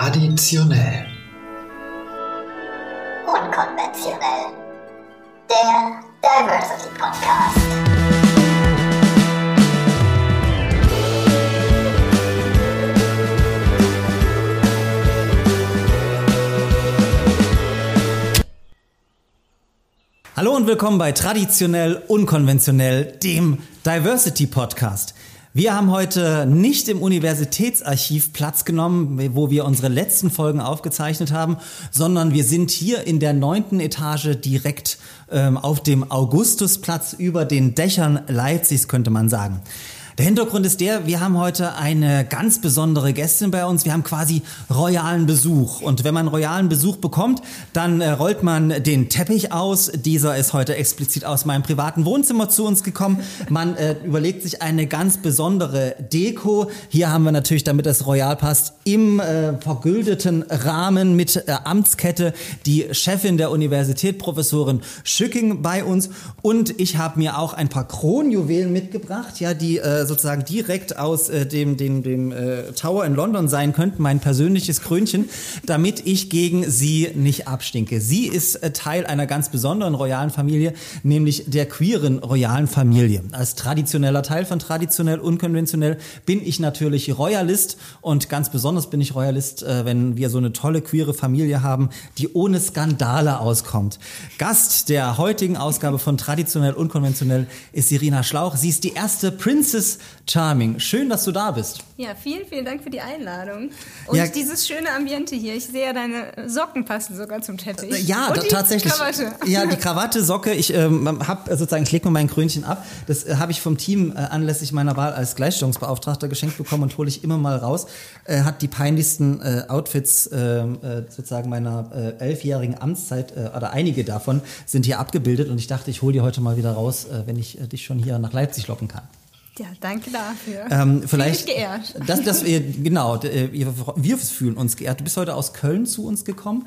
Traditionell. Unkonventionell. Der Diversity Podcast. Hallo und willkommen bei Traditionell Unkonventionell, dem Diversity Podcast. Wir haben heute nicht im Universitätsarchiv Platz genommen, wo wir unsere letzten Folgen aufgezeichnet haben, sondern wir sind hier in der 9. Etage direkt auf dem Augustusplatz über den Dächern Leipzigs, könnte man sagen. Der Hintergrund ist der, wir haben heute eine ganz besondere Gästin bei uns. Wir haben quasi royalen Besuch. Und wenn man royalen Besuch bekommt, dann rollt man den Teppich aus. Dieser ist heute explizit aus meinem privaten Wohnzimmer zu uns gekommen. Man überlegt sich eine ganz besondere Deko. Hier haben wir natürlich, damit es royal passt, im vergüldeten Rahmen mit Amtskette die Chefin der Universität, Professorin Schücking, bei uns. Und ich habe mir auch ein paar Kronjuwelen mitgebracht, ja, die sozusagen direkt aus dem Tower in London sein könnten, mein persönliches Krönchen, damit ich gegen sie nicht abstinke. Sie ist Teil einer ganz besonderen royalen Familie, nämlich der queeren royalen Familie. Als traditioneller Teil von Traditionell Unkonventionell bin ich natürlich Royalist und ganz besonders bin ich Royalist, wenn wir so eine tolle queere Familie haben, die ohne Skandale auskommt. Gast der heutigen Ausgabe von Traditionell Unkonventionell ist Irina Schlauch. Sie ist die erste Princess Charming. Schön, dass du da bist. Ja, vielen, vielen Dank für die Einladung. Und ja, dieses schöne Ambiente hier. Ich sehe, deine Socken passen sogar zum Teppich. Ja, und die tatsächlich. Krawatte. Ja, die Krawatte, Socke. Ich ich lege mir mein Krönchen ab. Das habe ich vom Team anlässlich meiner Wahl als Gleichstellungsbeauftragter geschenkt bekommen und hole ich immer mal raus. Hat die peinlichsten Outfits sozusagen meiner 11-jährigen Amtszeit, oder einige davon sind hier abgebildet. Und ich dachte, ich hole die heute mal wieder raus, wenn ich dich schon hier nach Leipzig locken kann. Ja, danke dafür. Vielleicht geehrt. Wir fühlen uns geehrt. Du bist heute aus Köln zu uns gekommen.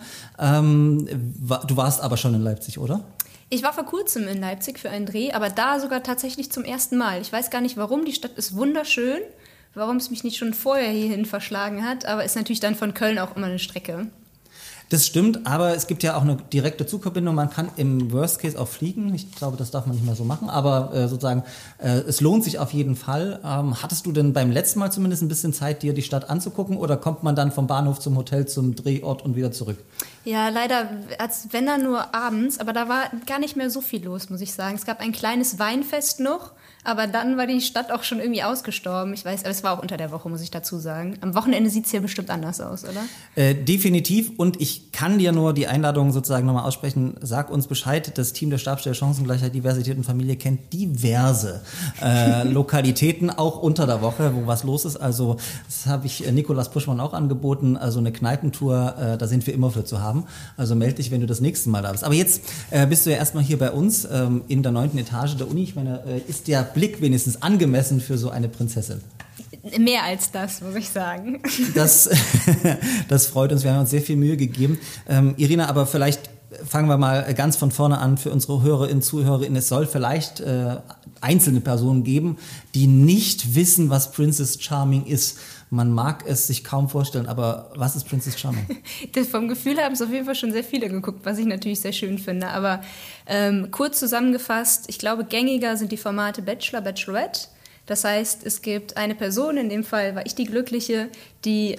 Du warst aber schon in Leipzig, oder? Ich war vor kurzem in Leipzig für einen Dreh, aber da sogar tatsächlich zum ersten Mal. Ich weiß gar nicht warum, die Stadt ist wunderschön, warum es mich nicht schon vorher hierhin verschlagen hat, aber ist natürlich dann von Köln auch immer eine Strecke. Das stimmt, aber es gibt ja auch eine direkte Zugverbindung. Man kann im Worst Case auch fliegen. Ich glaube, das darf man nicht mehr so machen. Aber sozusagen, es lohnt sich auf jeden Fall. Hattest du denn beim letzten Mal zumindest ein bisschen Zeit, dir die Stadt anzugucken? Oder kommt man dann vom Bahnhof zum Hotel, zum Drehort und wieder zurück? Ja, leider, als wenn dann nur abends. Aber da war gar nicht mehr so viel los, muss ich sagen. Es gab ein kleines Weinfest noch. Aber dann war die Stadt auch schon irgendwie ausgestorben. Ich weiß, aber es war auch unter der Woche, muss ich dazu sagen. Am Wochenende sieht es hier bestimmt anders aus, oder? Definitiv. Und ich kann dir nur die Einladung sozusagen nochmal aussprechen. Sag uns Bescheid. Das Team der Stabsstelle Chancengleichheit, Diversität und Familie kennt diverse Lokalitäten, auch unter der Woche, wo was los ist. Also das habe ich Nikolaus Puschmann auch angeboten. Also eine Kneipentour, da sind wir immer für zu haben. Also melde dich, wenn du das nächste Mal da bist. Aber jetzt bist du ja erstmal hier bei uns in der 9. Etage der Uni. Ich meine, ist der Blick wenigstens angemessen für so eine Prinzessin? Mehr als das, muss ich sagen. Das freut uns. Wir haben uns sehr viel Mühe gegeben. Irina, aber vielleicht fangen wir mal ganz von vorne an für unsere Hörerinnen, Zuhörerinnen. Es soll vielleicht einzelne Personen geben, die nicht wissen, was Princess Charming ist. Man mag es sich kaum vorstellen, aber was ist Princess Charming? Vom Gefühl haben es auf jeden Fall schon sehr viele geguckt, was ich natürlich sehr schön finde. Aber kurz zusammengefasst, ich glaube, gängiger sind die Formate Bachelor, Bachelorette. Das heißt, es gibt eine Person, in dem Fall war ich die Glückliche, die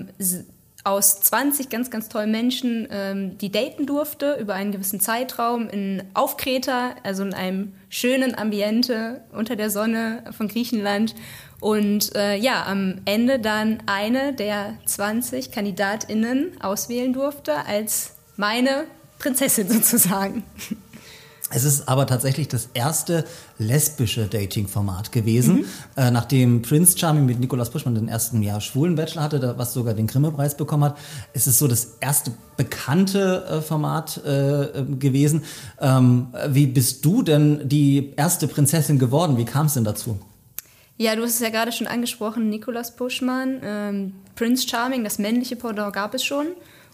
aus 20 ganz, ganz tollen Menschen, die daten durfte über einen gewissen Zeitraum auf Kreta, also in einem schönen Ambiente unter der Sonne von Griechenland. Und am Ende dann eine der 20 KandidatInnen auswählen durfte als meine Prinzessin sozusagen. Es ist aber tatsächlich das erste lesbische Dating-Format gewesen, nachdem Prince Charming mit Nikolaus Puschmann den ersten schwulen Bachelor hatte, was sogar den Grimme-Preis bekommen hat. Es ist so das erste bekannte Format gewesen. Wie bist du denn die erste Prinzessin geworden? Wie kam es denn dazu? Ja, du hast es ja gerade schon angesprochen, Nikolaus Puschmann, Prince Charming, das männliche Pendant gab es schon.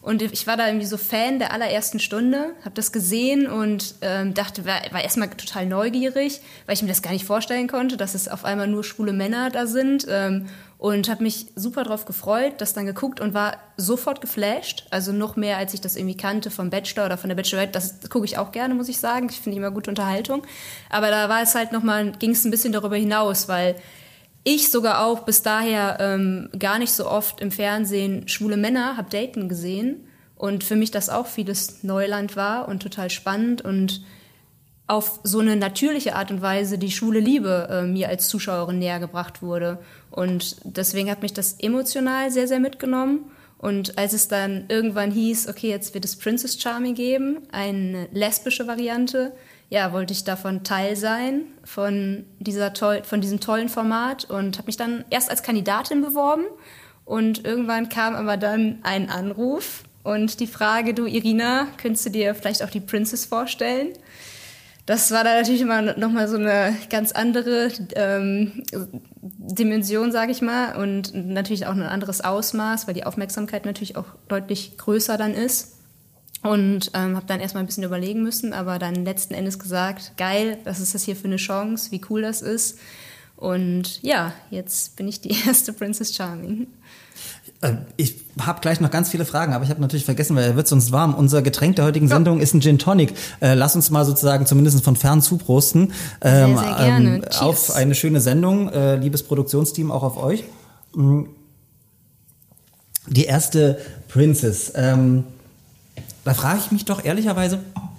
Und ich war da irgendwie so Fan der allerersten Stunde, habe das gesehen und dachte, war erstmal total neugierig, weil ich mir das gar nicht vorstellen konnte, dass es auf einmal nur schwule Männer da sind. Und habe mich super drauf gefreut, das dann geguckt und war sofort geflasht. Also noch mehr, als ich das irgendwie kannte vom Bachelor oder von der Bachelorette. Das gucke ich auch gerne, muss ich sagen. Ich finde immer gute Unterhaltung. Aber da war es halt ging es ein bisschen darüber hinaus, weil ich sogar auch bis daher gar nicht so oft im Fernsehen schwule Männer habe daten gesehen. Und für mich das auch vieles Neuland war und total spannend und auf so eine natürliche Art und Weise die schwule Liebe mir als Zuschauerin näher gebracht wurde. Und deswegen hat mich das emotional sehr, sehr mitgenommen. Und als es dann irgendwann hieß, okay, jetzt wird es Princess Charming geben, eine lesbische Variante, ja, wollte ich davon Teil sein, von diesem tollen Format und habe mich dann erst als Kandidatin beworben. Und irgendwann kam aber dann ein Anruf und die Frage, du Irina, könntest du dir vielleicht auch die Princess vorstellen? Das war da natürlich immer nochmal so eine ganz andere Dimension, sage ich mal, und natürlich auch ein anderes Ausmaß, weil die Aufmerksamkeit natürlich auch deutlich größer dann ist. Und habe dann erstmal ein bisschen überlegen müssen, aber dann letzten Endes gesagt, geil, was ist das hier für eine Chance, wie cool das ist. Und ja, jetzt bin ich die erste Princess Charming. Ich habe gleich noch ganz viele Fragen, aber ich habe natürlich vergessen, weil er wird sonst warm. Unser Getränk der heutigen Sendung ist ein Gin Tonic. Lass uns mal sozusagen zumindest von fern zuprosten. Sehr, sehr gerne. Auf eine schöne Sendung. Liebes Produktionsteam, auch auf euch. Die erste Princess. Da frage ich mich doch ehrlicherweise,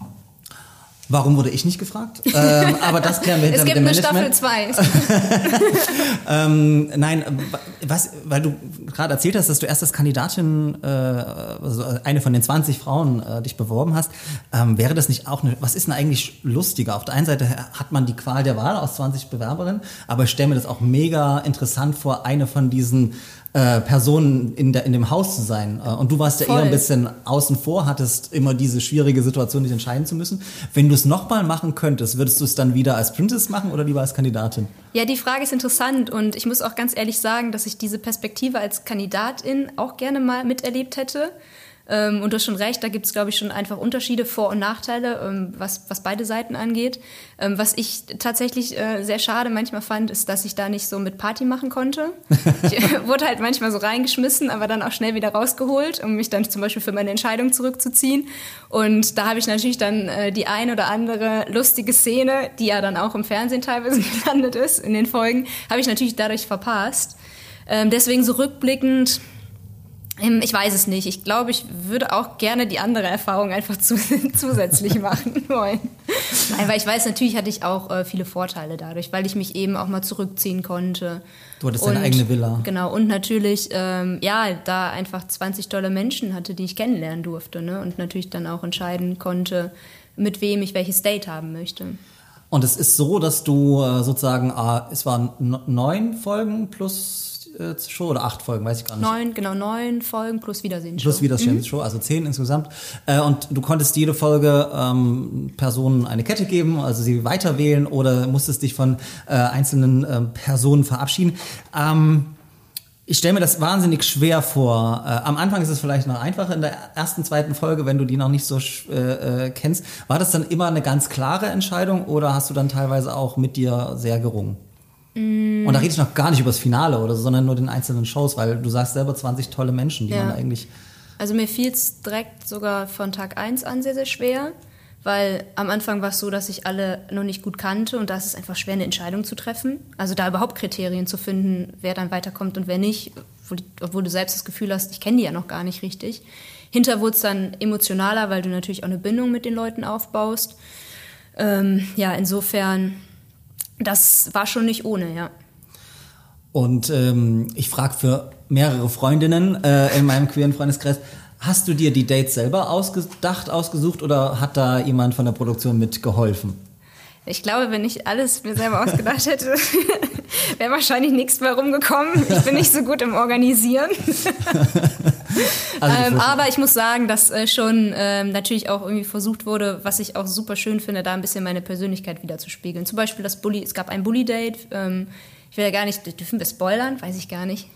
warum wurde ich nicht gefragt? Aber das klären wir hinter dem Management. Es gibt eine Staffel 2. Nein, weil du gerade erzählt hast, dass du erst als Kandidatin, also eine von den 20 Frauen, dich beworben hast. Wäre das nicht auch was ist denn eigentlich lustiger? Auf der einen Seite hat man die Qual der Wahl aus 20 Bewerberinnen, aber ich stelle mir das auch mega interessant vor, eine von diesen Personen in dem Haus zu sein. Und du warst ja eher ein bisschen außen vor, hattest immer diese schwierige Situation, dich entscheiden zu müssen. Wenn du es nochmal machen könntest, würdest du es dann wieder als Princess machen oder lieber als Kandidatin? Ja, die Frage ist interessant und ich muss auch ganz ehrlich sagen, dass ich diese Perspektive als Kandidatin auch gerne mal miterlebt hätte. Und du hast schon recht, da gibt es, glaube ich, schon einfach Unterschiede, Vor- und Nachteile, was beide Seiten angeht. Was ich tatsächlich sehr schade manchmal fand, ist, dass ich da nicht so mit Party machen konnte. Ich wurde halt manchmal so reingeschmissen, aber dann auch schnell wieder rausgeholt, um mich dann zum Beispiel für meine Entscheidung zurückzuziehen. Und da habe ich natürlich dann die ein oder andere lustige Szene, die ja dann auch im Fernsehen teilweise gelandet ist, in den Folgen, habe ich natürlich dadurch verpasst. Deswegen so rückblickend, ich weiß es nicht. Ich glaube, ich würde auch gerne die andere Erfahrung einfach zusätzlich machen wollen. Nein, weil ich weiß, natürlich hatte ich auch viele Vorteile dadurch, weil ich mich eben auch mal zurückziehen konnte. Du hattest deine eigene Villa. Genau, und natürlich, da einfach 20 tolle Menschen hatte, die ich kennenlernen durfte, ne? Und natürlich dann auch entscheiden konnte, mit wem ich welches Date haben möchte. Und es ist so, dass du sozusagen, es waren 9 Folgen plus Show oder 8 Folgen, weiß ich gar nicht. 9 Folgen plus Wiedersehen-Show. Plus Wiedersehen-Show, also 10 insgesamt. Und du konntest jede Folge Personen eine Kette geben, also sie weiterwählen oder musstest dich von einzelnen Personen verabschieden. Ich stelle mir das wahnsinnig schwer vor. Am Anfang ist es vielleicht noch einfacher, in der ersten, zweiten Folge, wenn du die noch nicht so kennst. War das dann immer eine ganz klare Entscheidung oder hast du dann teilweise auch mit dir sehr gerungen? Und da rede ich noch gar nicht über das Finale oder so, sondern nur den einzelnen Shows, weil du sagst selber 20 tolle Menschen, die man eigentlich... Also mir fiel es direkt sogar von Tag 1 an sehr, sehr schwer, weil am Anfang war es so, dass ich alle noch nicht gut kannte und da ist es einfach schwer, eine Entscheidung zu treffen. Also da überhaupt Kriterien zu finden, wer dann weiterkommt und wer nicht, obwohl du selbst das Gefühl hast, ich kenne die ja noch gar nicht richtig. Hinterher wurde es dann emotionaler, weil du natürlich auch eine Bindung mit den Leuten aufbaust. Insofern... Das war schon nicht ohne, ja. Und ich frage für mehrere Freundinnen in meinem queeren Freundeskreis, hast du dir die Dates selber ausgesucht oder hat da jemand von der Produktion mitgeholfen? Ich glaube, wenn ich alles mir selber ausgedacht hätte, wäre wahrscheinlich nichts mehr rumgekommen. Ich bin nicht so gut im Organisieren. Aber ich muss sagen, dass schon natürlich auch irgendwie versucht wurde, was ich auch super schön finde, da ein bisschen meine Persönlichkeit widerzuspiegeln. Zum Beispiel es gab ein Bully-Date, Ich will ja gar nicht, dürfen wir spoilern? Weiß ich gar nicht.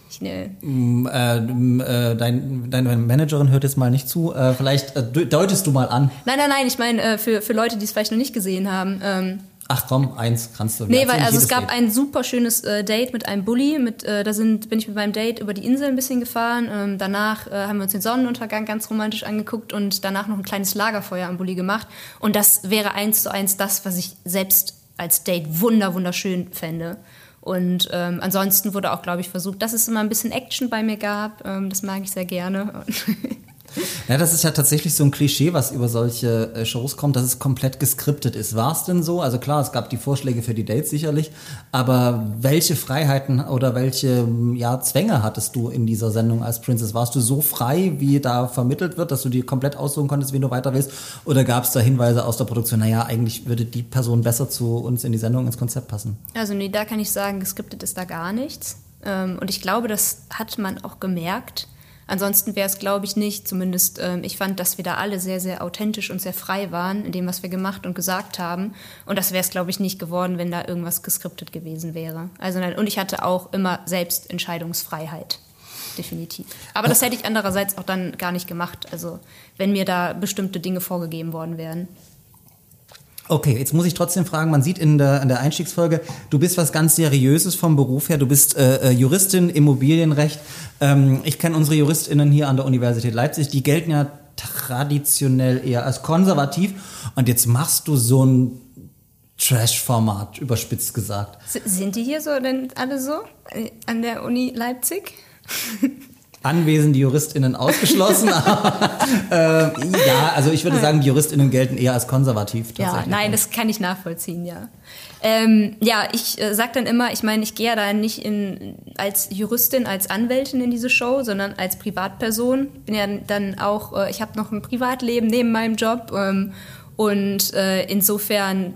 Deine Managerin hört jetzt mal nicht zu. Vielleicht deutest du mal an. Nein, ich meine für Leute, die es vielleicht noch nicht gesehen haben. Ach komm, eins kannst du. Nee, weil es gab ein super schönes Date mit einem Bulli. Bin ich mit meinem Date über die Insel ein bisschen gefahren. Danach haben wir uns den Sonnenuntergang ganz romantisch angeguckt und danach noch ein kleines Lagerfeuer am Bulli gemacht. Und das wäre 1:1 das, was ich selbst als Date wunderschön fände. Und ansonsten wurde auch, glaube ich, versucht, dass es immer ein bisschen Action bei mir gab. Das mag ich sehr gerne. Ja, das ist ja tatsächlich so ein Klischee, was über solche Shows kommt, dass es komplett geskriptet ist. War es denn so? Also klar, es gab die Vorschläge für die Dates sicherlich, aber welche Freiheiten oder welche Zwänge hattest du in dieser Sendung als Princess? Warst du so frei, wie da vermittelt wird, dass du dir komplett aussuchen konntest, wen du weiter willst? Oder gab es da Hinweise aus der Produktion, eigentlich würde die Person besser zu uns in die Sendung, ins Konzept passen? Also nee, da kann ich sagen, geskriptet ist da gar nichts. Und ich glaube, das hat man auch gemerkt. Ansonsten wäre es, glaube ich, nicht, zumindest ich fand, dass wir da alle sehr, sehr authentisch und sehr frei waren in dem, was wir gemacht und gesagt haben. Und das wäre es, glaube ich, nicht geworden, wenn da irgendwas geskriptet gewesen wäre. Und ich hatte auch immer selbst Entscheidungsfreiheit, definitiv. Aber das hätte ich andererseits auch dann gar nicht gemacht, also wenn mir da bestimmte Dinge vorgegeben worden wären. Okay, jetzt muss ich trotzdem fragen, man sieht in der Einstiegsfolge, du bist was ganz Seriöses vom Beruf her, du bist Juristin, Immobilienrecht. Ich kenne unsere JuristInnen hier an der Universität Leipzig, die gelten ja traditionell eher als konservativ und jetzt machst du so ein Trash-Format, überspitzt gesagt. Sind die hier so denn alle so an der Uni Leipzig? Anwesende JuristInnen ausgeschlossen. Also ich würde sagen, die JuristInnen gelten eher als konservativ. Ja, nein, das kann ich nachvollziehen, ja. Ich sage dann immer, ich gehe ja da nicht als Juristin, als Anwältin in diese Show, sondern als Privatperson. Bin ja dann auch, ich habe noch ein Privatleben neben meinem Job. Und insofern,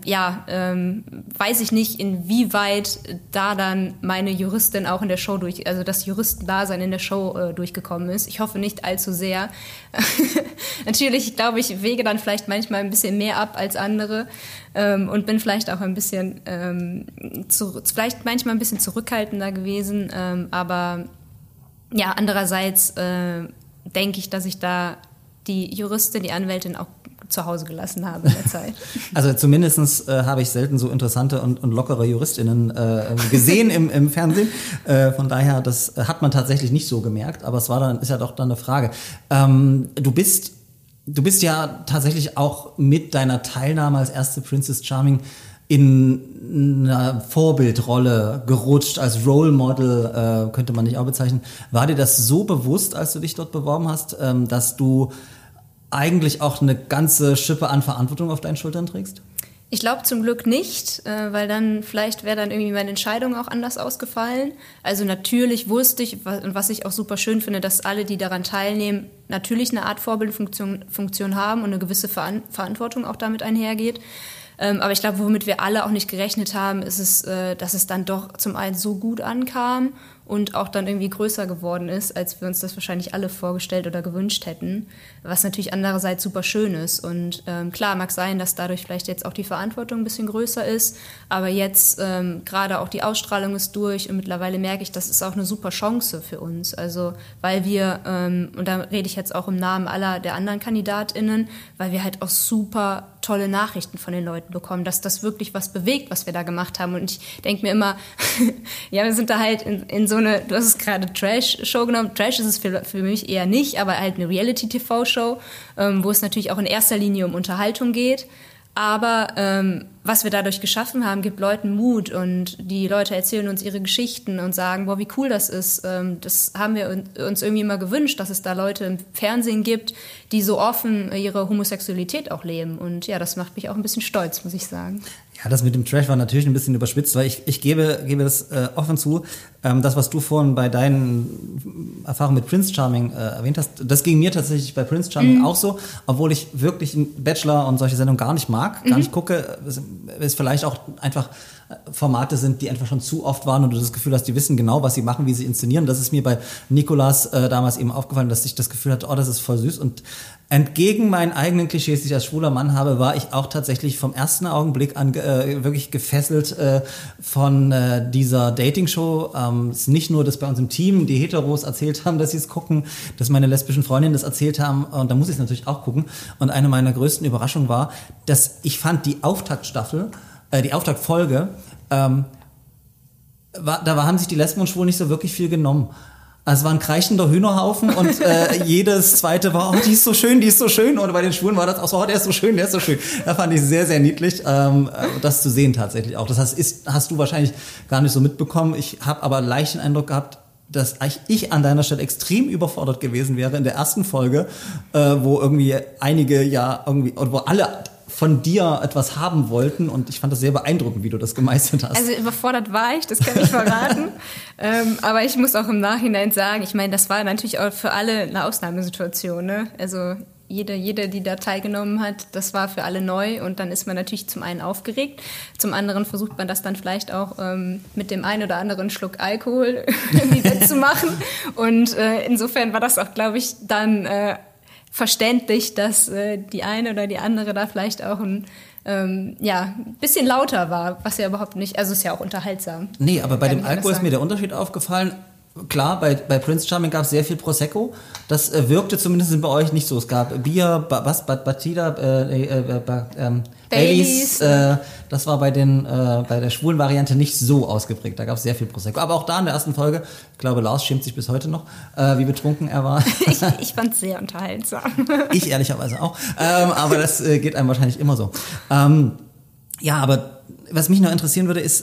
weiß ich nicht, inwieweit da dann meine Juristin auch in der Show also das Juristendasein in der Show durchgekommen ist. Ich hoffe nicht allzu sehr. Natürlich, glaube ich, wege dann vielleicht manchmal ein bisschen mehr ab als andere und bin vielleicht auch ein bisschen, vielleicht manchmal ein bisschen zurückhaltender gewesen. Aber ja, andererseits denke ich, dass ich da die Juristin, die Anwältin auch zu Hause gelassen habe in der Zeit. Also zumindest habe ich selten so interessante und lockere JuristInnen gesehen im Fernsehen. Von daher, das hat man tatsächlich nicht so gemerkt, aber ist ja doch dann eine Frage. Du bist ja tatsächlich auch mit deiner Teilnahme als erste Princess Charming in einer Vorbildrolle gerutscht, als Role Model, könnte man dich auch bezeichnen. War dir das so bewusst, als du dich dort beworben hast, dass du eigentlich auch eine ganze Schippe an Verantwortung auf deinen Schultern trägst? Ich glaube zum Glück nicht, weil dann vielleicht wäre dann irgendwie meine Entscheidung auch anders ausgefallen. Also natürlich wusste ich, und was ich auch super schön finde, dass alle, die daran teilnehmen, natürlich eine Art Vorbildfunktion haben und eine gewisse Verantwortung auch damit einhergeht. Aber ich glaube, womit wir alle auch nicht gerechnet haben, ist es, dass es dann doch zum einen so gut ankam und auch dann irgendwie größer geworden ist, als wir uns das wahrscheinlich alle vorgestellt oder gewünscht hätten, was natürlich andererseits super schön ist. Und klar, mag sein, dass dadurch vielleicht jetzt auch die Verantwortung ein bisschen größer ist, aber jetzt gerade auch die Ausstrahlung ist durch und mittlerweile merke ich, das ist auch eine super Chance für uns. Also weil wir, und da rede ich jetzt auch im Namen aller der anderen KandidatInnen, weil wir halt auch super tolle Nachrichten von den Leuten bekommen, dass das wirklich was bewegt, was wir da gemacht haben. Und ich denke mir immer, ja, wir sind da halt in so eine, du hast es gerade Trash-Show genommen, Trash ist es für mich eher nicht, aber halt eine Reality-TV-Show, wo es natürlich auch in erster Linie um Unterhaltung geht. Aber was wir dadurch geschaffen haben, gibt Leuten Mut und die Leute erzählen uns ihre Geschichten und sagen, boah, wie cool das ist. Das haben wir uns irgendwie immer gewünscht, dass es da Leute im Fernsehen gibt, die so offen ihre Homosexualität auch leben. Und ja, das macht mich auch ein bisschen stolz, muss ich sagen. Ja, das mit dem Trash war natürlich ein bisschen überspitzt, weil ich gebe das offen zu. Das, was du vorhin bei deinen Erfahrungen mit Prince Charming erwähnt hast, das ging mir tatsächlich bei Prince Charming auch so, obwohl ich wirklich einen Bachelor und solche Sendungen gar nicht mag, gar nicht gucke. Ist vielleicht auch einfach Formate sind, die einfach schon zu oft waren und du das Gefühl hast, die wissen genau, was sie machen, wie sie inszenieren. Das ist mir bei Nicolas damals eben aufgefallen, dass ich das Gefühl hatte, oh, das ist voll süß. Und entgegen meinen eigenen Klischees, die ich als schwuler Mann habe, war ich auch tatsächlich vom ersten Augenblick an wirklich gefesselt von dieser Dating-Show. Es ist nicht nur, dass bei uns im Team die Heteros erzählt haben, dass sie es gucken, dass meine lesbischen Freundinnen das erzählt haben und da muss ich es natürlich auch gucken. Und eine meiner größten Überraschungen war, dass ich fand die Auftaktfolge, da haben sich die Lesben und Schwulen nicht so wirklich viel genommen. Also es war ein kreischender Hühnerhaufen und jedes zweite war, oh, die ist so schön, die ist so schön. Und bei den Schwulen war das auch so, oh, der ist so schön, der ist so schön. Da fand ich sehr, sehr niedlich, das zu sehen tatsächlich auch. Das hast du wahrscheinlich gar nicht so mitbekommen. Ich habe aber leicht den Eindruck gehabt, dass ich an deiner Stelle extrem überfordert gewesen wäre in der ersten Folge, wo irgendwie einige wo alle von dir etwas haben wollten und ich fand das sehr beeindruckend, wie du das gemeistert hast. Also überfordert war ich, das kann ich verraten. Aber ich muss auch im Nachhinein sagen, ich meine, das war natürlich auch für alle eine Ausnahmesituation, ne? Also jede, die da teilgenommen hat, das war für alle neu und dann ist man natürlich zum einen aufgeregt, zum anderen versucht man das dann vielleicht auch mit dem einen oder anderen Schluck Alkohol irgendwie wettzumachen und insofern war das auch, glaube ich, dann verständlich, dass die eine oder die andere da vielleicht auch ein bisschen lauter war, was ja überhaupt nicht, also ist ja auch unterhaltsam. Nee, aber bei dem Alkohol ist mir der Unterschied aufgefallen. Klar, bei Prince Charming gab es sehr viel Prosecco. Das wirkte zumindest bei euch nicht so. Es gab Bier, Batida, Baileys. Das war bei der schwulen Variante nicht so ausgeprägt. Da gab es sehr viel Prosecco. Aber auch da in der ersten Folge, ich glaube, Lars schämt sich bis heute noch, wie betrunken er war. Ich fand es sehr unterhaltsam. Ich ehrlicherweise auch. Aber das geht einem wahrscheinlich immer so. Aber was mich noch interessieren würde, ist,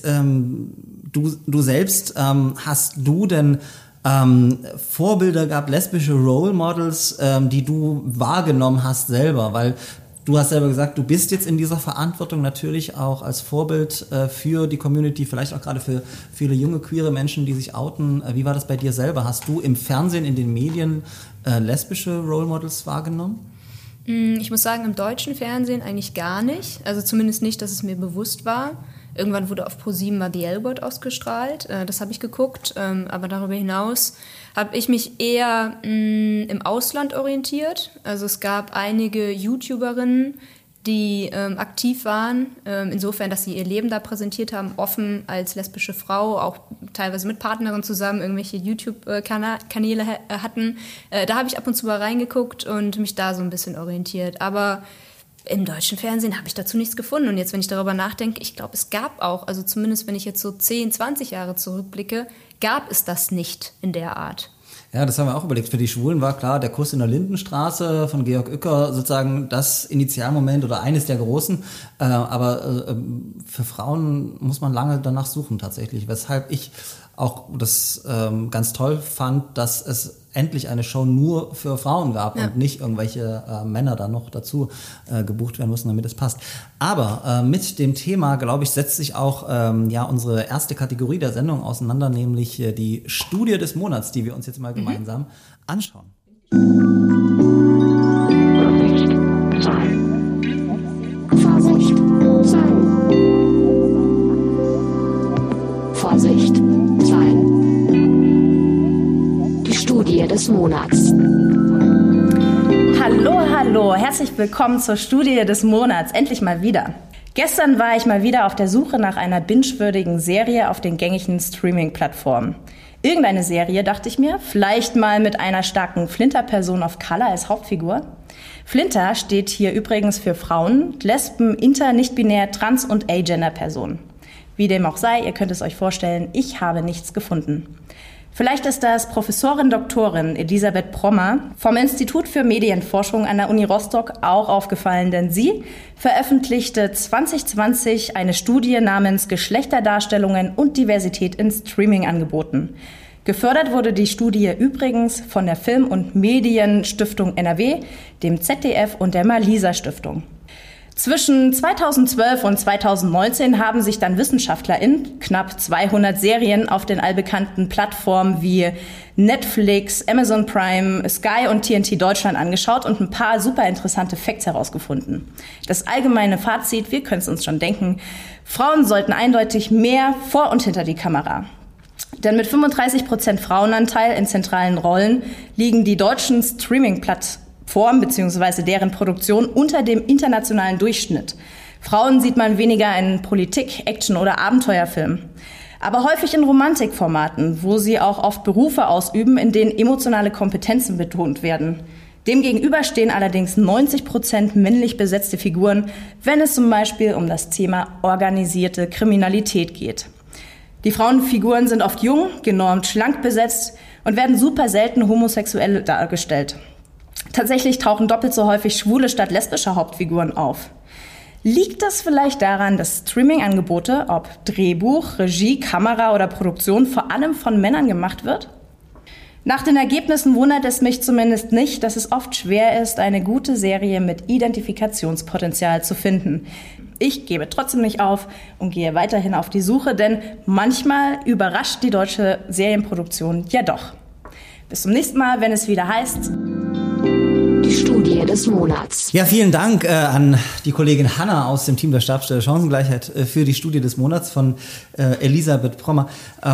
du selbst, hast du denn Vorbilder gehabt, lesbische Role Models, die du wahrgenommen hast selber? Weil du hast selber gesagt, du bist jetzt in dieser Verantwortung natürlich auch als Vorbild für die Community, vielleicht auch gerade für viele junge queere Menschen, die sich outen. Wie war das bei dir selber? Hast du im Fernsehen, in den Medien lesbische Role Models wahrgenommen? Ich muss sagen, im deutschen Fernsehen eigentlich gar nicht. Also zumindest nicht, dass es mir bewusst war. Irgendwann wurde auf ProSieben mal The L-Word ausgestrahlt. Das habe ich geguckt. Aber darüber hinaus habe ich mich eher im Ausland orientiert. Also es gab einige YouTuberinnen, die aktiv waren, insofern, dass sie ihr Leben da präsentiert haben, offen als lesbische Frau, auch teilweise mit Partnerin zusammen irgendwelche YouTube-Kanäle hatten. Da habe ich ab und zu mal reingeguckt und mich da so ein bisschen orientiert. Aber im deutschen Fernsehen habe ich dazu nichts gefunden. Und jetzt, wenn ich darüber nachdenke, ich glaube, es gab auch, also zumindest wenn ich jetzt so 10, 20 Jahre zurückblicke, gab es das nicht in der Art. Ja, das haben wir auch überlegt. Für die Schwulen war klar, der Kuss in der Lindenstraße von Georg Uecker sozusagen das Initialmoment oder eines der großen. Aber für Frauen muss man lange danach suchen tatsächlich. Weshalb ich auch das ganz toll fand, dass es endlich eine Show nur für Frauen gab und nicht irgendwelche Männer da noch dazu gebucht werden mussten, damit es passt. Aber mit dem Thema, glaube ich, setzt sich auch unsere erste Kategorie der Sendung auseinander, nämlich die Studie des Monats, die wir uns jetzt mal gemeinsam anschauen. Vorsicht, sein. Die Studie des Monats. Hallo, herzlich willkommen zur Studie des Monats, endlich mal wieder. Gestern war ich mal wieder auf der Suche nach einer binge-würdigen Serie auf den gängigen Streaming-Plattformen. Irgendeine Serie, dachte ich mir, vielleicht mal mit einer starken Flinter-Person of Color als Hauptfigur. Flinter steht hier übrigens für Frauen, Lesben, Inter-, Nicht-binär-, Trans- und Agender-Personen. Wie dem auch sei, ihr könnt es euch vorstellen, ich habe nichts gefunden. Vielleicht ist das Professorin Doktorin Elisabeth Prommer vom Institut für Medienforschung an der Uni Rostock auch aufgefallen, denn sie veröffentlichte 2020 eine Studie namens Geschlechterdarstellungen und Diversität in Streaming-Angeboten. Gefördert wurde die Studie übrigens von der Film- und Medienstiftung NRW, dem ZDF und der Malisa Stiftung. Zwischen 2012 und 2019 haben sich dann WissenschaftlerInnen knapp 200 Serien auf den allbekannten Plattformen wie Netflix, Amazon Prime, Sky und TNT Deutschland angeschaut und ein paar super interessante Facts herausgefunden. Das allgemeine Fazit, wir können es uns schon denken, Frauen sollten eindeutig mehr vor und hinter die Kamera. Denn mit 35% Frauenanteil in zentralen Rollen liegen die deutschen Streaming-Plattformen bzw. deren Produktion unter dem internationalen Durchschnitt. Frauen sieht man weniger in Politik-, Action- oder Abenteuerfilmen, aber häufig in Romantikformaten, wo sie auch oft Berufe ausüben, in denen emotionale Kompetenzen betont werden. Demgegenüber stehen allerdings 90% männlich besetzte Figuren, wenn es zum Beispiel um das Thema organisierte Kriminalität geht. Die Frauenfiguren sind oft jung, genormt schlank besetzt und werden super selten homosexuell dargestellt. Tatsächlich tauchen doppelt so häufig schwule statt lesbische Hauptfiguren auf. Liegt das vielleicht daran, dass Streaming-Angebote, ob Drehbuch, Regie, Kamera oder Produktion, vor allem von Männern gemacht wird? Nach den Ergebnissen wundert es mich zumindest nicht, dass es oft schwer ist, eine gute Serie mit Identifikationspotenzial zu finden. Ich gebe trotzdem nicht auf und gehe weiterhin auf die Suche, denn manchmal überrascht die deutsche Serienproduktion ja doch. Bis zum nächsten Mal, wenn es wieder heißt... Die Studie des Monats. Ja, vielen Dank an die Kollegin Hanna aus dem Team der Stabsstelle Chancengleichheit für die Studie des Monats von Elisabeth Prommer.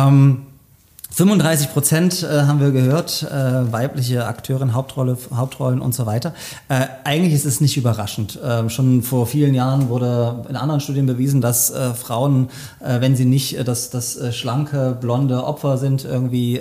35% haben wir gehört, weibliche Akteurin, Hauptrollen und so weiter. Eigentlich ist es nicht überraschend. Schon vor vielen Jahren wurde in anderen Studien bewiesen, dass Frauen, wenn sie nicht das schlanke, blonde Opfer sind, irgendwie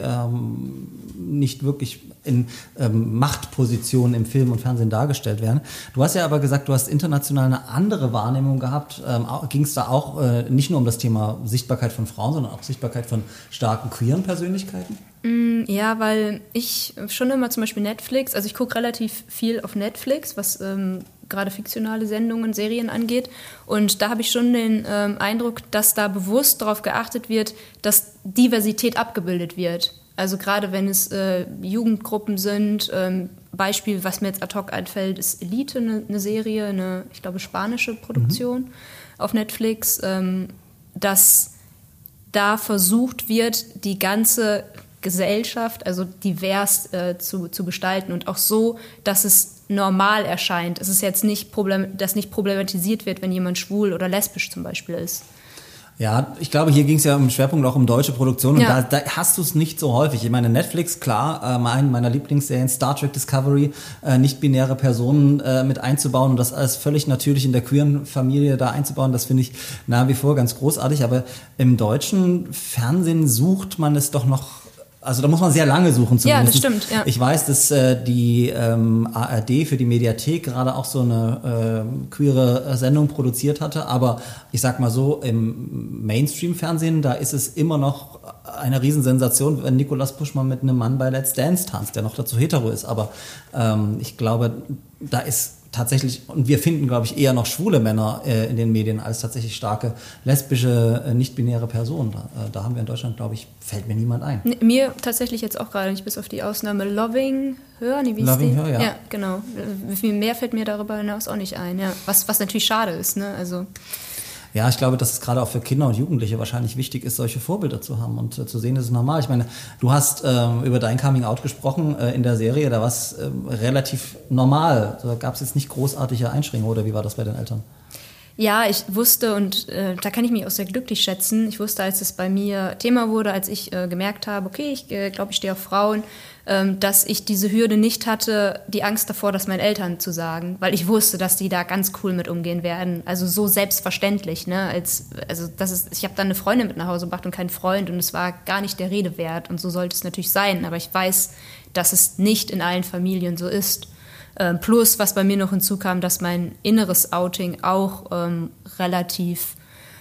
nicht wirklich in Machtpositionen im Film und Fernsehen dargestellt werden. Du hast ja aber gesagt, du hast international eine andere Wahrnehmung gehabt. Ging es da auch nicht nur um das Thema Sichtbarkeit von Frauen, sondern auch Sichtbarkeit von starken queeren Persönlichkeiten? Ja, weil ich schon immer zum Beispiel Netflix, also ich gucke relativ viel auf Netflix, was gerade fiktionale Sendungen, Serien angeht. Und da habe ich schon den Eindruck, dass da bewusst darauf geachtet wird, dass Diversität abgebildet wird. Also gerade wenn es Jugendgruppen sind, Beispiel, was mir jetzt ad hoc einfällt, ist Elite, eine Serie, eine, ich glaube, spanische Produktion auf Netflix, dass da versucht wird, die ganze Gesellschaft, also divers zu gestalten und auch so, dass es normal erscheint. Es ist jetzt nicht dass nicht problematisiert wird, wenn jemand schwul oder lesbisch zum Beispiel ist. Ja, ich glaube, hier ging es ja im Schwerpunkt auch um deutsche Produktion und ja. da hast du es nicht so häufig. Ich meine, Netflix, klar, eine meiner Lieblingsserien, Star Trek Discovery, nicht-binäre Personen mit einzubauen und das alles völlig natürlich in der queeren Familie da einzubauen, das finde ich nach wie vor ganz großartig. Aber im deutschen Fernsehen sucht man es doch noch. Also da muss man sehr lange suchen zumindest. Ja, das stimmt. Ja. Ich weiß, dass die ARD für die Mediathek gerade auch so eine queere Sendung produziert hatte, aber ich sag mal so, im Mainstream-Fernsehen, da ist es immer noch eine Riesensensation, wenn Nikolaus Puschmann mit einem Mann bei Let's Dance tanzt, der noch dazu hetero ist. Aber ich glaube, da ist tatsächlich, und wir finden, glaube ich, eher noch schwule Männer in den Medien als tatsächlich starke lesbische, nicht-binäre Personen. Da haben wir in Deutschland, glaube ich, fällt mir niemand ein. Mir tatsächlich jetzt auch gerade nicht, bis auf die Ausnahme Loving Her. Nee, wie Loving Her, ja. Ja, genau. Viel mehr fällt mir darüber hinaus auch nicht ein. Ja. Was natürlich schade ist, ne? Also ja, ich glaube, dass es gerade auch für Kinder und Jugendliche wahrscheinlich wichtig ist, solche Vorbilder zu haben und zu sehen, das ist normal. Ich meine, du hast über dein Coming-out gesprochen in der Serie, da war es relativ normal. Da gab es jetzt nicht großartige Einschränkungen, oder wie war das bei den Eltern? Ja, ich wusste, und da kann ich mich auch sehr glücklich schätzen, ich wusste, als es bei mir Thema wurde, als ich gemerkt habe, okay, ich glaube, ich stehe auf Frauen, dass ich diese Hürde nicht hatte, die Angst davor, das meinen Eltern zu sagen, weil ich wusste, dass die da ganz cool mit umgehen werden. Also so selbstverständlich, ne? Ich habe dann eine Freundin mit nach Hause gebracht und keinen Freund und es war gar nicht der Rede wert und so sollte es natürlich sein, aber ich weiß, dass es nicht in allen Familien so ist. Plus, was bei mir noch hinzukam, dass mein inneres Outing auch relativ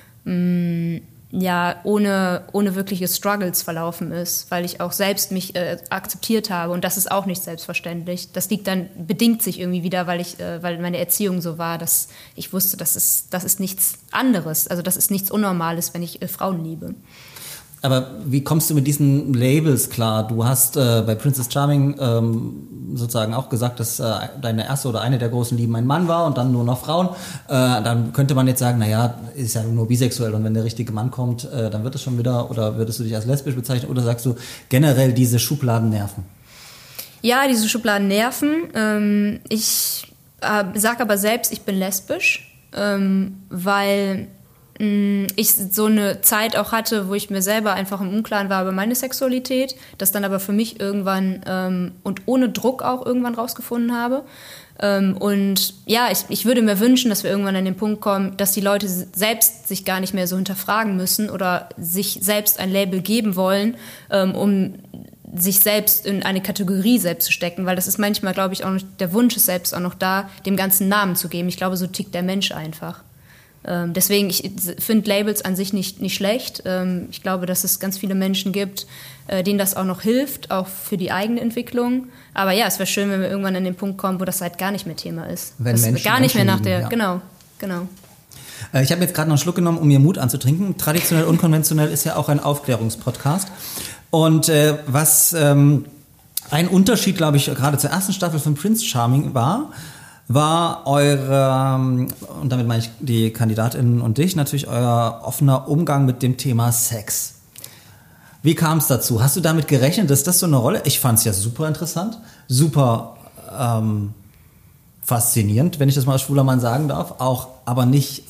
ohne wirkliche Struggles verlaufen ist, weil ich auch selbst mich akzeptiert habe und das ist auch nicht selbstverständlich. Das bedingt sich irgendwie wieder, weil meine Erziehung so war, dass ich wusste, das ist nichts anderes, also das ist nichts Unnormales, wenn ich Frauen liebe. Aber wie kommst du mit diesen Labels klar? Du hast bei Princess Charming sozusagen auch gesagt, dass deine erste oder eine der großen Lieben ein Mann war und dann nur noch Frauen, dann könnte man jetzt sagen, naja, ist ja nur bisexuell und wenn der richtige Mann kommt, dann wird es schon wieder, oder würdest du dich als lesbisch bezeichnen oder sagst du generell, diese Schubladen nerven? Ja, diese Schubladen nerven. Ich sage aber selbst, ich bin lesbisch, weil ich so eine Zeit auch hatte, wo ich mir selber einfach im Unklaren war über meine Sexualität, das dann aber für mich irgendwann und ohne Druck auch irgendwann rausgefunden habe. Und ja, ich würde mir wünschen, dass wir irgendwann an den Punkt kommen, dass die Leute selbst sich gar nicht mehr so hinterfragen müssen oder sich selbst ein Label geben wollen, um sich selbst in eine Kategorie selbst zu stecken, weil das ist manchmal, glaube ich, auch noch, der Wunsch ist selbst auch noch da, dem ganzen Namen zu geben. Ich glaube, so tickt der Mensch einfach. Deswegen, ich finde Labels an sich nicht schlecht. Ich glaube, dass es ganz viele Menschen gibt, denen das auch noch hilft, auch für die eigene Entwicklung. Aber ja, es wäre schön, wenn wir irgendwann an den Punkt kommen, wo das halt gar nicht mehr Thema ist. Wenn Menschen gar nicht mehr nach lieben, der, ja. Genau. Ich habe jetzt gerade noch einen Schluck genommen, um mir Mut anzutrinken. Traditionell unkonventionell ist ja auch ein Aufklärungspodcast. Und was ein Unterschied, glaube ich, gerade zur ersten Staffel von Prince Charming war eure, und damit meine ich die KandidatInnen und dich, natürlich euer offener Umgang mit dem Thema Sex. Wie kam es dazu? Hast du damit gerechnet, dass das so eine Rolle? Ich fand es ja super interessant, super faszinierend, wenn ich das mal als schwuler Mann sagen darf, auch, aber nicht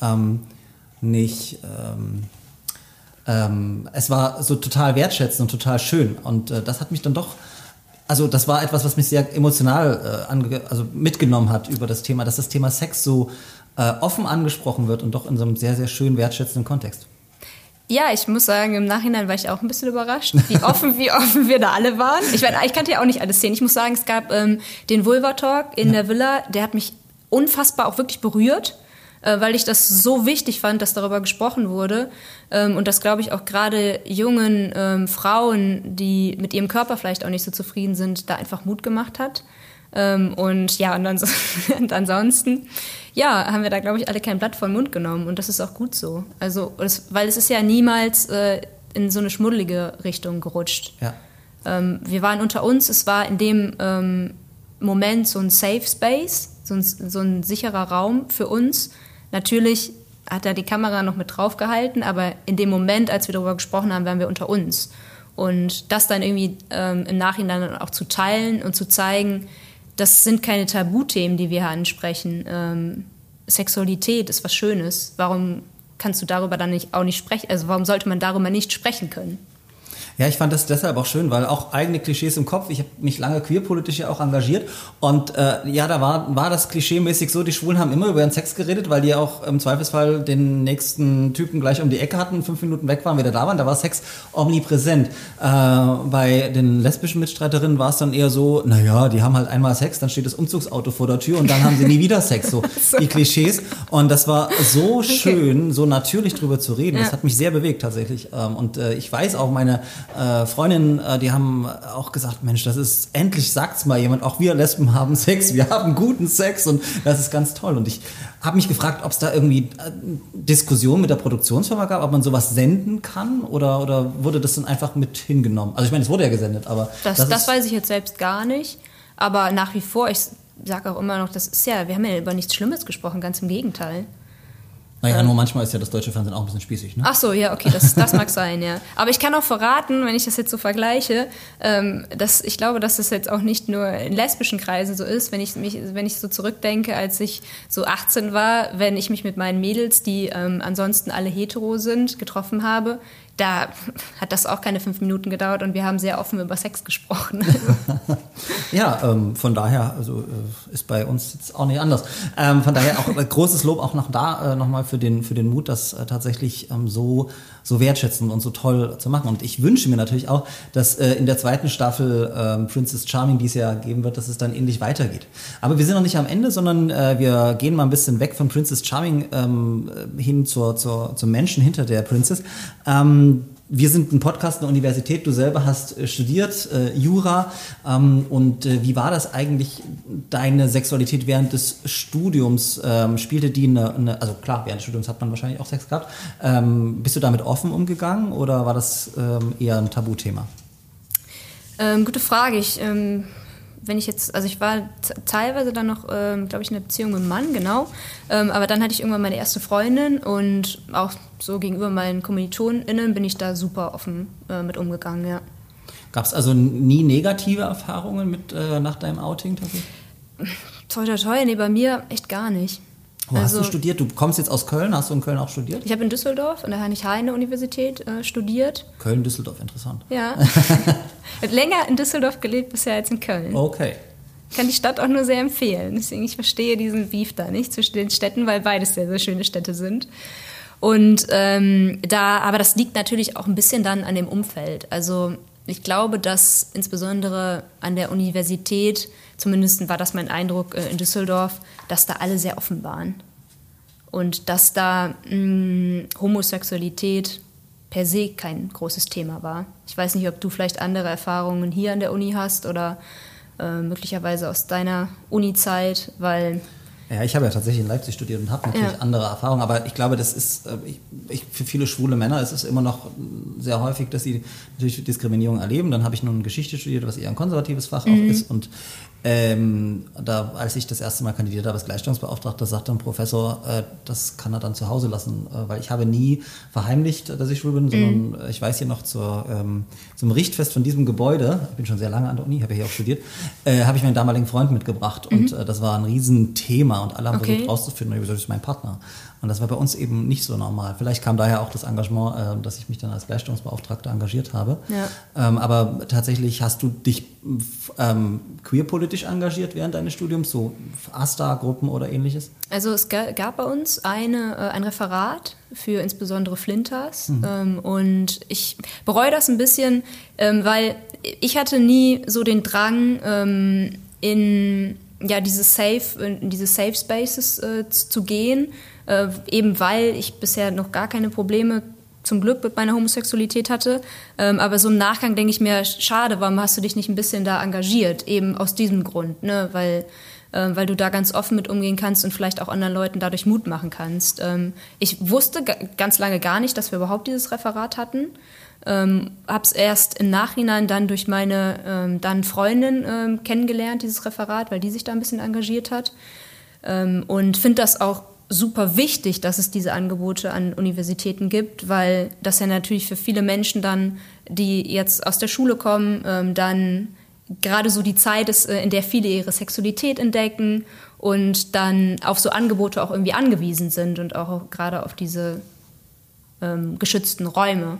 es war so total wertschätzend und total schön und das hat mich dann doch, also das war etwas, was mich sehr emotional mitgenommen hat über das Thema, dass das Thema Sex so offen angesprochen wird und doch in so einem sehr, sehr schönen, wertschätzenden Kontext. Ja, ich muss sagen, im Nachhinein war ich auch ein bisschen überrascht, wie offen wir da alle waren. Ich kannte ja auch nicht alle Szenen. Ich muss sagen, es gab den Vulva-Talk in der Villa, der hat mich unfassbar auch wirklich berührt, weil ich das so wichtig fand, dass darüber gesprochen wurde und das, glaube ich, auch gerade jungen Frauen, die mit ihrem Körper vielleicht auch nicht so zufrieden sind, da einfach Mut gemacht hat. Und ansonsten, ja, haben wir da, glaube ich, alle kein Blatt vor den Mund genommen und das ist auch gut so. Also, weil es ist ja niemals in so eine schmuddelige Richtung gerutscht. Ja. Wir waren unter uns, es war in dem Moment so ein Safe Space, so ein sicherer Raum für uns. Natürlich hat er die Kamera noch mit drauf gehalten, aber in dem Moment, als wir darüber gesprochen haben, waren wir unter uns. Und das dann irgendwie im Nachhinein auch zu teilen und zu zeigen, das sind keine Tabuthemen, die wir hier ansprechen. Sexualität ist was Schönes. Warum kannst du darüber dann auch nicht sprechen? Also warum sollte man darüber nicht sprechen können? Ja, ich fand das deshalb auch schön, weil auch eigene Klischees im Kopf, ich habe mich lange queerpolitisch ja auch engagiert und da war das klischeemäßig so, die Schwulen haben immer über ihren Sex geredet, weil die auch im Zweifelsfall den nächsten Typen gleich um die Ecke hatten, 5 Minuten weg waren, wieder da waren, da war Sex omnipräsent. Bei den lesbischen Mitstreiterinnen war es dann eher so, naja, die haben halt einmal Sex, dann steht das Umzugsauto vor der Tür und dann haben sie nie wieder Sex, so die Klischees. Und das war so schön, so natürlich drüber zu reden, das hat mich sehr bewegt tatsächlich. Und ich weiß auch, meine Freundinnen, die haben auch gesagt, Mensch, das ist, endlich sagt's mal jemand, auch wir Lesben haben Sex, wir haben guten Sex und das ist ganz toll. Und ich habe mich gefragt, ob es da irgendwie Diskussionen mit der Produktionsfirma gab, ob man sowas senden kann oder wurde das dann einfach mit hingenommen? Also ich meine, es wurde ja gesendet, aber... Das weiß ich jetzt selbst gar nicht, aber nach wie vor, ich sage auch immer noch, das ist ja, wir haben ja über nichts Schlimmes gesprochen, ganz im Gegenteil. Naja, nur manchmal ist ja das deutsche Fernsehen auch ein bisschen spießig, ne? Ach so, ja, okay, das mag sein, ja. Aber ich kann auch verraten, wenn ich das jetzt so vergleiche, dass ich glaube, dass das jetzt auch nicht nur in lesbischen Kreisen so ist, wenn ich so zurückdenke, als ich so 18 war, wenn ich mich mit meinen Mädels, die ansonsten alle hetero sind, getroffen habe, da hat das auch keine 5 Minuten gedauert und wir haben sehr offen über Sex gesprochen. Ja, von daher also, ist bei uns jetzt auch nicht anders. Von daher auch großes Lob auch nochmal für den Mut, das tatsächlich so wertschätzend und so toll zu machen. Und ich wünsche mir natürlich auch, dass in der zweiten Staffel Princess Charming, die es ja geben wird, dass es dann ähnlich weitergeht. Aber wir sind noch nicht am Ende, sondern wir gehen mal ein bisschen weg von Princess Charming hin zum Menschen hinter der Princess. Wir sind ein Podcast an der Universität, du selber hast studiert, Jura. Und wie war das eigentlich, deine Sexualität während des Studiums? Spielte die also klar, während des Studiums hat man wahrscheinlich auch Sex gehabt. Bist du damit offen umgegangen oder war das eher ein Tabuthema? Gute Frage. wenn ich jetzt, also ich war teilweise dann noch, glaube ich, in einer Beziehung mit einem Mann, genau. Aber dann hatte ich irgendwann meine erste Freundin und auch so gegenüber meinen KommilitonInnen bin ich da super offen mit umgegangen, ja. Gab es also nie negative Erfahrungen mit nach deinem Outing tatsächlich? Toi, toi, toi, nee, bei mir echt gar nicht. Wo hast du studiert? Du kommst jetzt aus Köln. Hast du in Köln auch studiert? Ich habe in Düsseldorf an der Heinrich-Heine-Universität studiert. Köln-Düsseldorf, interessant. Ja. Ich habe länger in Düsseldorf gelebt bisher als in Köln. Okay. Ich kann die Stadt auch nur sehr empfehlen. Deswegen, ich verstehe diesen Beef da nicht zwischen den Städten, weil beides sehr, sehr schöne Städte sind. Und aber das liegt natürlich auch ein bisschen dann an dem Umfeld. Also ich glaube, dass insbesondere an der Universität, zumindest war das mein Eindruck in Düsseldorf, dass da alle sehr offen waren. Und dass da Homosexualität per se kein großes Thema war. Ich weiß nicht, ob du vielleicht andere Erfahrungen hier an der Uni hast oder möglicherweise aus deiner Uni-Zeit, weil... Ja, ich habe ja tatsächlich in Leipzig studiert und habe natürlich andere Erfahrungen, aber ich glaube, das ist, für viele schwule Männer ist es immer noch sehr häufig, dass sie natürlich Diskriminierung erleben. Dann habe ich nun Geschichte studiert, was eher ein konservatives Fach auch ist, und als ich das erste Mal kandidiert habe als Gleichstellungsbeauftragter, sagte ein Professor, das kann er dann zu Hause lassen, weil ich habe nie verheimlicht, dass ich schwul bin, sondern ich weiß hier noch zum Richtfest von diesem Gebäude, ich bin schon sehr lange an der Uni, habe ja hier auch studiert, habe ich meinen damaligen Freund mitgebracht und das war ein Riesenthema und alle haben versucht rauszufinden, das ist mein Partner. Und das war bei uns eben nicht so normal. Vielleicht kam daher auch das Engagement, dass ich mich dann als Gleichstellungsbeauftragter engagiert habe. Ja. Aber tatsächlich hast du dich queerpolitisch engagiert während deines Studiums, so AStA-Gruppen oder ähnliches? Also es gab bei uns ein Referat für insbesondere Flinters. Und ich bereue das ein bisschen, weil ich hatte nie so den Drang, in diese Safe Spaces zu gehen, eben weil ich bisher noch gar keine Probleme zum Glück mit meiner Homosexualität hatte. Aber so im Nachgang denke ich mir, schade, warum hast du dich nicht ein bisschen da engagiert? Eben aus diesem Grund, ne? Weil du da ganz offen mit umgehen kannst und vielleicht auch anderen Leuten dadurch Mut machen kannst. Ich wusste ganz lange gar nicht, dass wir überhaupt dieses Referat hatten. Habe es erst im Nachhinein dann durch meine dann Freundin kennengelernt, dieses Referat, weil die sich da ein bisschen engagiert hat. Und finde das auch super wichtig, dass es diese Angebote an Universitäten gibt, weil das ja natürlich für viele Menschen dann, die jetzt aus der Schule kommen, dann gerade so die Zeit ist, in der viele ihre Sexualität entdecken und dann auf so Angebote auch irgendwie angewiesen sind und auch gerade auf diese geschützten Räume.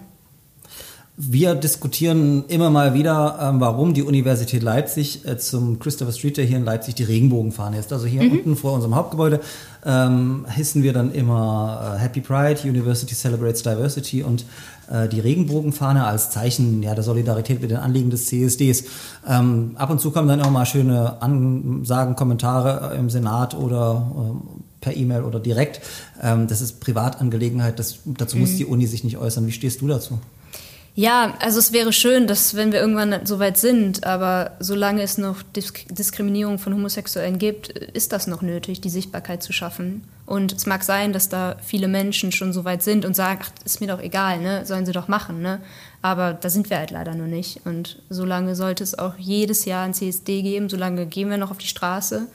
Wir diskutieren immer mal wieder, warum die Universität Leipzig zum Christopher Street Day hier in Leipzig die Regenbogenfahne ist. Also hier unten vor unserem Hauptgebäude hissen wir dann immer Happy Pride, University Celebrates Diversity und die Regenbogenfahne als Zeichen der Solidarität mit den Anliegen des CSDs. Ab und zu kommen dann auch mal schöne Ansagen, Kommentare im Senat oder per E-Mail oder direkt. Das ist Privatangelegenheit, dazu muss die Uni sich nicht äußern. Wie stehst du dazu? Ja, also es wäre schön, dass wenn wir irgendwann so weit sind, aber solange es noch Diskriminierung von Homosexuellen gibt, ist das noch nötig, die Sichtbarkeit zu schaffen. Und es mag sein, dass da viele Menschen schon so weit sind und sagen, ach, ist mir doch egal, ne? Sollen sie doch machen, ne? Aber da sind wir halt leider noch nicht. Und solange sollte es auch jedes Jahr ein CSD geben, solange gehen wir noch auf die Straße.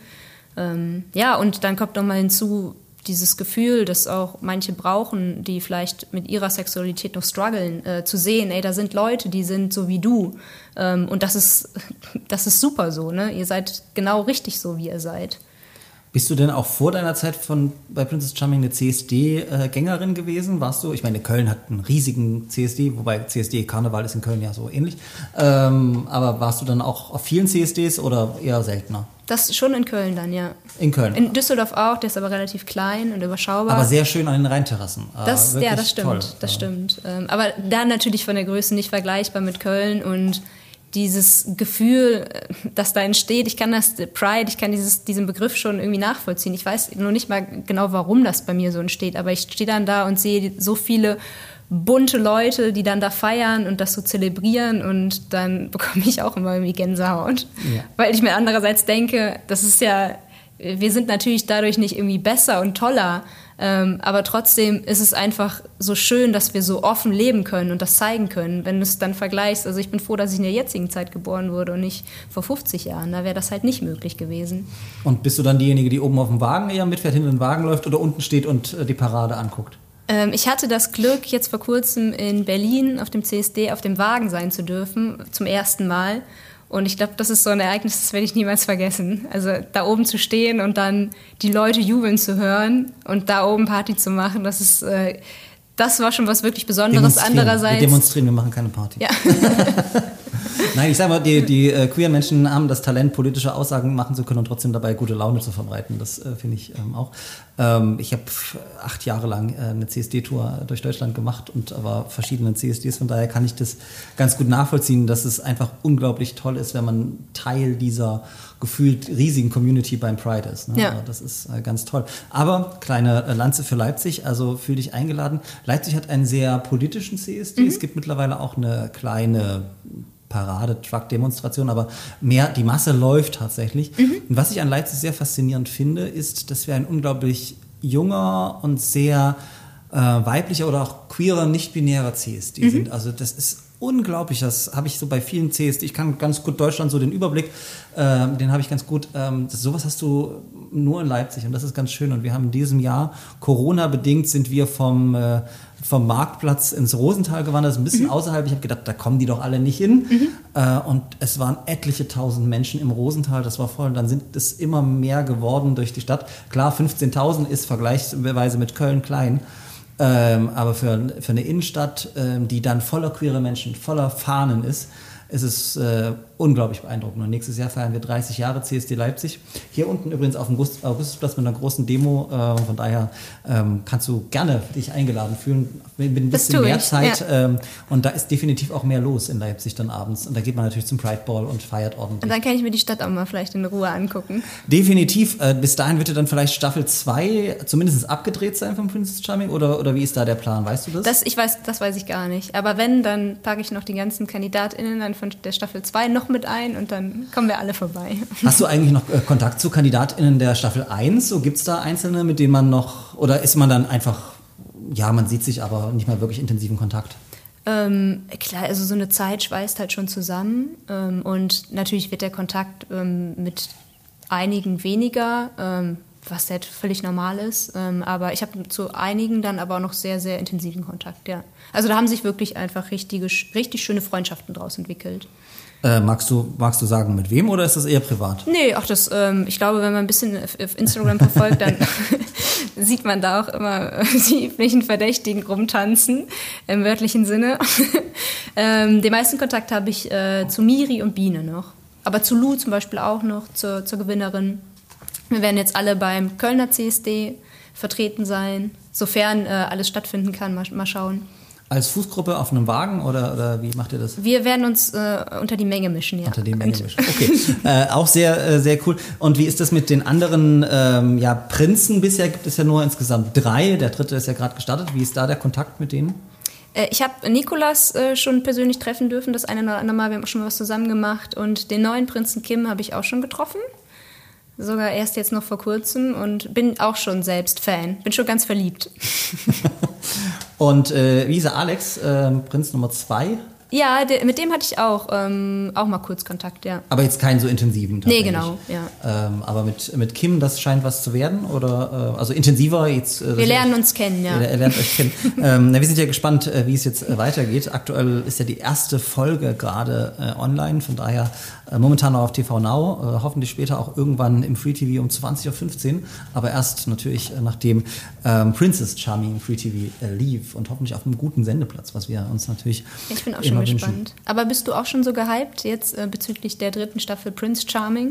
Und dann kommt noch mal hinzu, dieses Gefühl, das auch manche brauchen, die vielleicht mit ihrer Sexualität noch strugglen, zu sehen, da sind Leute, die sind so wie du. Und das ist super so, ne? Ihr seid genau richtig so, wie ihr seid. Bist du denn auch vor deiner Zeit bei Princess Charming eine CSD-Gängerin gewesen? Warst du? Ich meine, Köln hat einen riesigen CSD, wobei CSD-Karneval ist in Köln ja so ähnlich. Aber warst du dann auch auf vielen CSDs oder eher seltener? Das schon in Köln dann, ja. In Köln? In Düsseldorf auch, der ist aber relativ klein und überschaubar. Aber sehr schön an den Rheinterrassen. Das stimmt, toll. Das stimmt. Aber dann natürlich von der Größe nicht vergleichbar mit Köln und dieses Gefühl, das da entsteht, ich kann diesen Begriff schon irgendwie nachvollziehen. Ich weiß noch nicht mal genau, warum das bei mir so entsteht, aber ich stehe dann da und sehe so viele bunte Leute, die dann da feiern und das so zelebrieren und dann bekomme ich auch immer irgendwie Gänsehaut. Ja. Weil ich mir andererseits denke, das ist ja, wir sind natürlich dadurch nicht irgendwie besser und toller, Aber trotzdem ist es einfach so schön, dass wir so offen leben können und das zeigen können. Wenn du es dann vergleichst, also ich bin froh, dass ich in der jetzigen Zeit geboren wurde und nicht vor 50 Jahren. Da wäre das halt nicht möglich gewesen. Und bist du dann diejenige, die oben auf dem Wagen eher mitfährt, hinter den Wagen läuft oder unten steht und die Parade anguckt? Ich hatte das Glück, jetzt vor kurzem in Berlin auf dem CSD auf dem Wagen sein zu dürfen, zum ersten Mal. Und ich glaube, das ist so ein Ereignis, das werde ich niemals vergessen. Also da oben zu stehen und dann die Leute jubeln zu hören und da oben Party zu machen, das war schon was wirklich Besonderes. Andererseits. Wir demonstrieren, wir machen keine Party. Ja. Nein, ich sage mal, die queeren Menschen haben das Talent, politische Aussagen machen zu können und trotzdem dabei gute Laune zu verbreiten. Das finde ich auch. Ich habe 8 Jahre lang eine CSD-Tour durch Deutschland gemacht und aber verschiedene CSDs. Von daher kann ich das ganz gut nachvollziehen, dass es einfach unglaublich toll ist, wenn man Teil dieser gefühlt riesigen Community beim Pride ist. Ne? Ja. Das ist ganz toll. Aber kleine Lanze für Leipzig, also fühl dich eingeladen. Leipzig hat einen sehr politischen CSD. Es gibt mittlerweile auch eine kleine Parade-Truck-Demonstration, aber mehr, die Masse läuft tatsächlich. Und was ich an Leipzig sehr faszinierend finde, ist, dass wir ein unglaublich junger und sehr weiblicher oder auch queerer, nicht-binärer CSD sind. Also das ist unglaublich, das habe ich so bei vielen CSD, ich kann ganz gut Deutschland so den Überblick, den habe ich ganz gut, sowas hast du nur in Leipzig und das ist ganz schön und wir haben in diesem Jahr, Corona-bedingt sind wir vom Marktplatz ins Rosental gewandert, das ist ein bisschen außerhalb, ich habe gedacht, da kommen die doch alle nicht hin und es waren etliche tausend Menschen im Rosental, das war voll und dann sind es immer mehr geworden durch die Stadt, klar 15.000 ist vergleichsweise mit Köln klein, aber für eine Innenstadt, die dann voller queerer Menschen, voller Fahnen ist es unglaublich beeindruckend. Und nächstes Jahr feiern wir 30 Jahre CSD Leipzig. Hier unten übrigens auf dem Augustusplatz mit einer großen Demo. Von daher kannst du gerne dich eingeladen fühlen mit ein bisschen mehr Zeit. Ja. Und da ist definitiv auch mehr los in Leipzig dann abends. Und da geht man natürlich zum Pride Ball und feiert ordentlich. Und dann kann ich mir die Stadt auch mal vielleicht in Ruhe angucken. Definitiv. Bis dahin wird ja dann vielleicht Staffel 2 zumindest abgedreht sein von Princess Charming? Oder wie ist da der Plan? Weißt du das? Das weiß ich gar nicht. Aber wenn, dann packe ich noch die ganzen KandidatInnen dann von der Staffel 2 noch mit ein und dann kommen wir alle vorbei. Hast du eigentlich noch Kontakt zu KandidatInnen der Staffel 1? So gibt es da Einzelne, mit denen man noch, oder ist man dann einfach, ja, man sieht sich aber nicht mehr wirklich intensiven Kontakt? Klar, also so eine Zeit schweißt halt schon zusammen und natürlich wird der Kontakt mit einigen weniger, was halt völlig normal ist. Aber ich habe zu einigen dann aber auch noch sehr, sehr intensiven Kontakt, ja. Also da haben sich wirklich einfach richtig schöne Freundschaften draus entwickelt. Magst du sagen, mit wem oder ist das eher privat? Nee, auch das, ich glaube, wenn man ein bisschen auf Instagram verfolgt, dann sieht man da auch immer die üblichen Verdächtigen rumtanzen, im wörtlichen Sinne. Den meisten Kontakt habe ich zu Miri und Biene noch. Aber zu Lou zum Beispiel auch noch, zur Gewinnerin. Wir werden jetzt alle beim Kölner CSD vertreten sein, sofern alles stattfinden kann, mal schauen. Als Fußgruppe auf einem Wagen oder wie macht ihr das? Wir werden uns unter die Menge mischen, ja. Unter die Menge mischen, okay. Auch sehr, sehr cool. Und wie ist das mit den anderen Prinzen? Bisher gibt es ja nur insgesamt 3. Der 3. ist ja gerade gestartet. Wie ist da der Kontakt mit denen? Ich habe Nikolas schon persönlich treffen dürfen, das eine oder andere Mal. Wir haben auch schon mal was zusammen gemacht. Und den neuen Prinzen Kim habe ich auch schon getroffen. Sogar erst jetzt noch vor kurzem und bin auch schon selbst Fan. Bin schon ganz verliebt. Und wie ist Alex, Prinz Nummer 2? Ja, mit dem hatte ich auch mal kurz Kontakt, ja. Aber jetzt keinen so intensiven tatsächlich. Nee, genau, ja. Aber mit Kim, das scheint was zu werden? Oder also intensiver jetzt? Wir lernen uns kennen, ja. Ihr lernt euch kennen. Wir sind ja gespannt, wie es jetzt weitergeht. Aktuell ist ja die erste Folge gerade online, von daher momentan noch auf TV Now, hoffentlich später auch irgendwann im Free TV um 20.15 Uhr, aber erst natürlich nachdem Princess Charming im Free TV lief und hoffentlich auf einem guten Sendeplatz, was wir uns natürlich Ich bin auch schon gespannt. Aber bist du auch schon so gehypt jetzt bezüglich der 3. Staffel Prince Charming?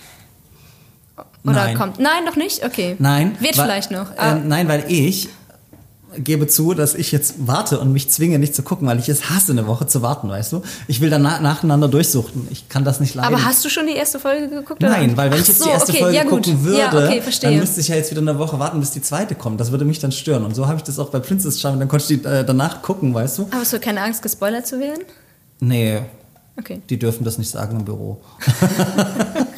Oder Nein. kommt? Nein, noch nicht? Okay. Nein. Vielleicht noch. Nein, weil ich gebe zu, dass ich jetzt warte und mich zwinge, nicht zu gucken, weil ich es hasse, eine Woche zu warten, weißt du? Ich will dann nacheinander durchsuchten. Ich kann das nicht leiden. Aber hast du schon die erste Folge geguckt? Nein, weil wenn ich jetzt die erste Folge gucken würde, dann müsste ich ja jetzt wieder eine Woche warten, bis die zweite kommt. Das würde mich dann stören. Und so habe ich das auch bei Princess Charming. Dann konnte ich die danach gucken, weißt du? Aber hast du keine Angst, gespoilert zu werden? Nee. Okay. Die dürfen das nicht sagen im Büro.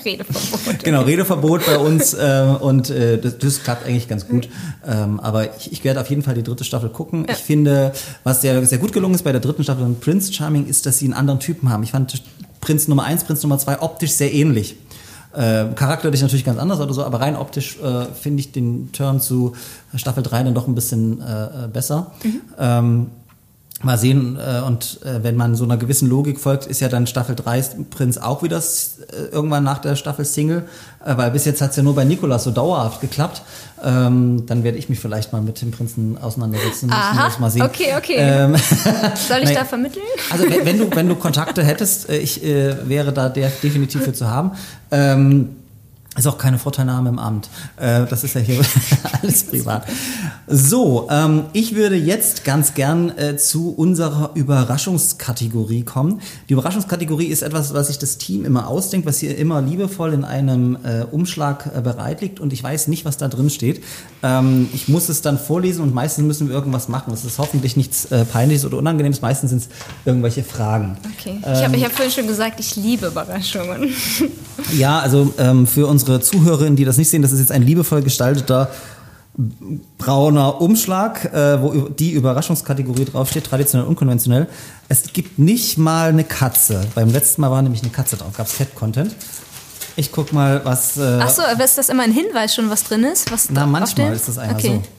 Redeverbot. Genau, Redeverbot bei uns und das klappt eigentlich ganz gut. Aber ich werde auf jeden Fall die 3. Staffel gucken. Ja. Ich finde, was sehr, sehr gut gelungen ist bei der 3. Staffel von Prince Charming, ist, dass sie einen anderen Typen haben. Ich fand Prinz Nummer 1, Prinz Nummer 2 optisch sehr ähnlich. Charakterlich natürlich ganz anders oder so, aber rein optisch finde ich den Turn zu Staffel 3 dann doch ein bisschen besser. Mal sehen, und wenn man so einer gewissen Logik folgt, ist ja dann Staffel 3 Prinz auch wieder irgendwann nach der Staffel Single, weil bis jetzt hat es ja nur bei Nicolas so dauerhaft geklappt. Dann werde ich mich vielleicht mal mit dem Prinzen auseinandersetzen. Aha, mal sehen. Okay. Soll ich da vermitteln? Also wenn du Kontakte hättest, ich wäre da definitiv für zu haben. Ist auch keine Vorteilnahme im Amt. Das ist ja hier alles privat. So, ich würde jetzt ganz gern zu unserer Überraschungskategorie kommen. Die Überraschungskategorie ist etwas, was sich das Team immer ausdenkt, was hier immer liebevoll in einem Umschlag bereit liegt, und ich weiß nicht, was da drin steht. Ich muss es dann vorlesen und meistens müssen wir irgendwas machen. Das ist hoffentlich nichts Peinliches oder Unangenehmes. Meistens sind es irgendwelche Fragen. Okay. Ich hab vorhin schon gesagt, ich liebe Überraschungen. Ja, also für unsere Zuhörerinnen, die das nicht sehen, das ist jetzt ein liebevoll gestalteter brauner Umschlag, wo die Überraschungskategorie draufsteht, traditionell, unkonventionell. Es gibt nicht mal eine Katze. Beim letzten Mal war nämlich eine Katze drauf, gab es Cat-Content. Ich guck mal, was... Ach so, aber ist das immer ein Hinweis schon, was drin ist? Manchmal ist das einer so.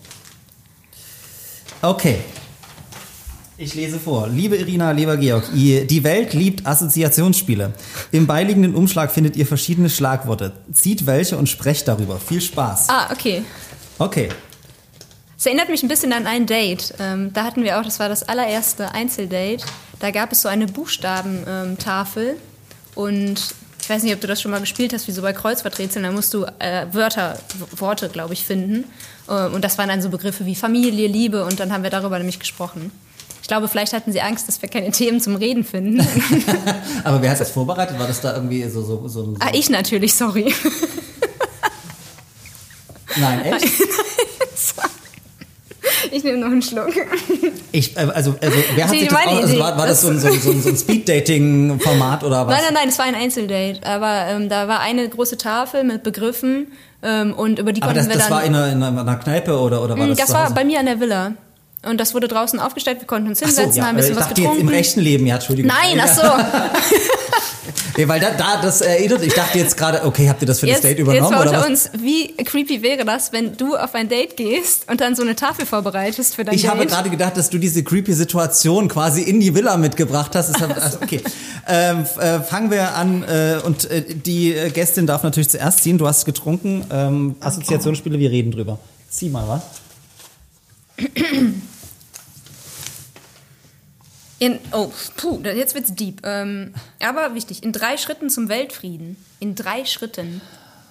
Okay. Ich lese vor. Liebe Irina, lieber Georg, die Welt liebt Assoziationsspiele. Im beiliegenden Umschlag findet ihr verschiedene Schlagworte. Zieht welche und sprecht darüber. Viel Spaß. Okay. Okay. Es erinnert mich ein bisschen an ein Date. Da hatten wir auch, das war das allererste Einzeldate. Da gab es so eine Buchstabentafel. Und ich weiß nicht, ob du das schon mal gespielt hast, wie so bei Kreuzworträtseln. Da musst du Worte, glaube ich, finden. Und das waren dann so Begriffe wie Familie, Liebe. Und dann haben wir darüber nämlich gesprochen. Ich glaube, vielleicht hatten sie Angst, dass wir keine Themen zum Reden finden. Aber wer hat das vorbereitet? War das da irgendwie so ich natürlich, sorry. Nein, echt? Ich nehme noch einen Schluck. Also wer hat sich das auch, also war das so ein Speed-Dating-Format oder was? Nein, es war ein Einzeldate. Aber da war eine große Tafel mit Begriffen und über die konnten wir dann... Aber das war in einer Kneipe oder war das das war bei mir an der Villa. Und das wurde draußen aufgestellt, wir konnten uns hinsetzen, haben ein bisschen was getrunken. Ich dachte jetzt im echten Leben, ja, Entschuldigung. Nein, ach so. Nee, weil das erinnert, ich dachte jetzt gerade, okay, habt ihr das für das Date übernommen? Jetzt mal unter uns, wie creepy wäre das, wenn du auf ein Date gehst und dann so eine Tafel vorbereitest für dein Date? Ich habe gerade gedacht, dass du diese creepy Situation quasi in die Villa mitgebracht hast. Okay, fangen wir an und die Gästin darf natürlich zuerst ziehen. Du hast getrunken, Assoziationsspiele, wir reden drüber. Zieh mal was. Jetzt wird's deep. Aber wichtig, in 3 Schritten zum Weltfrieden. In 3 Schritten.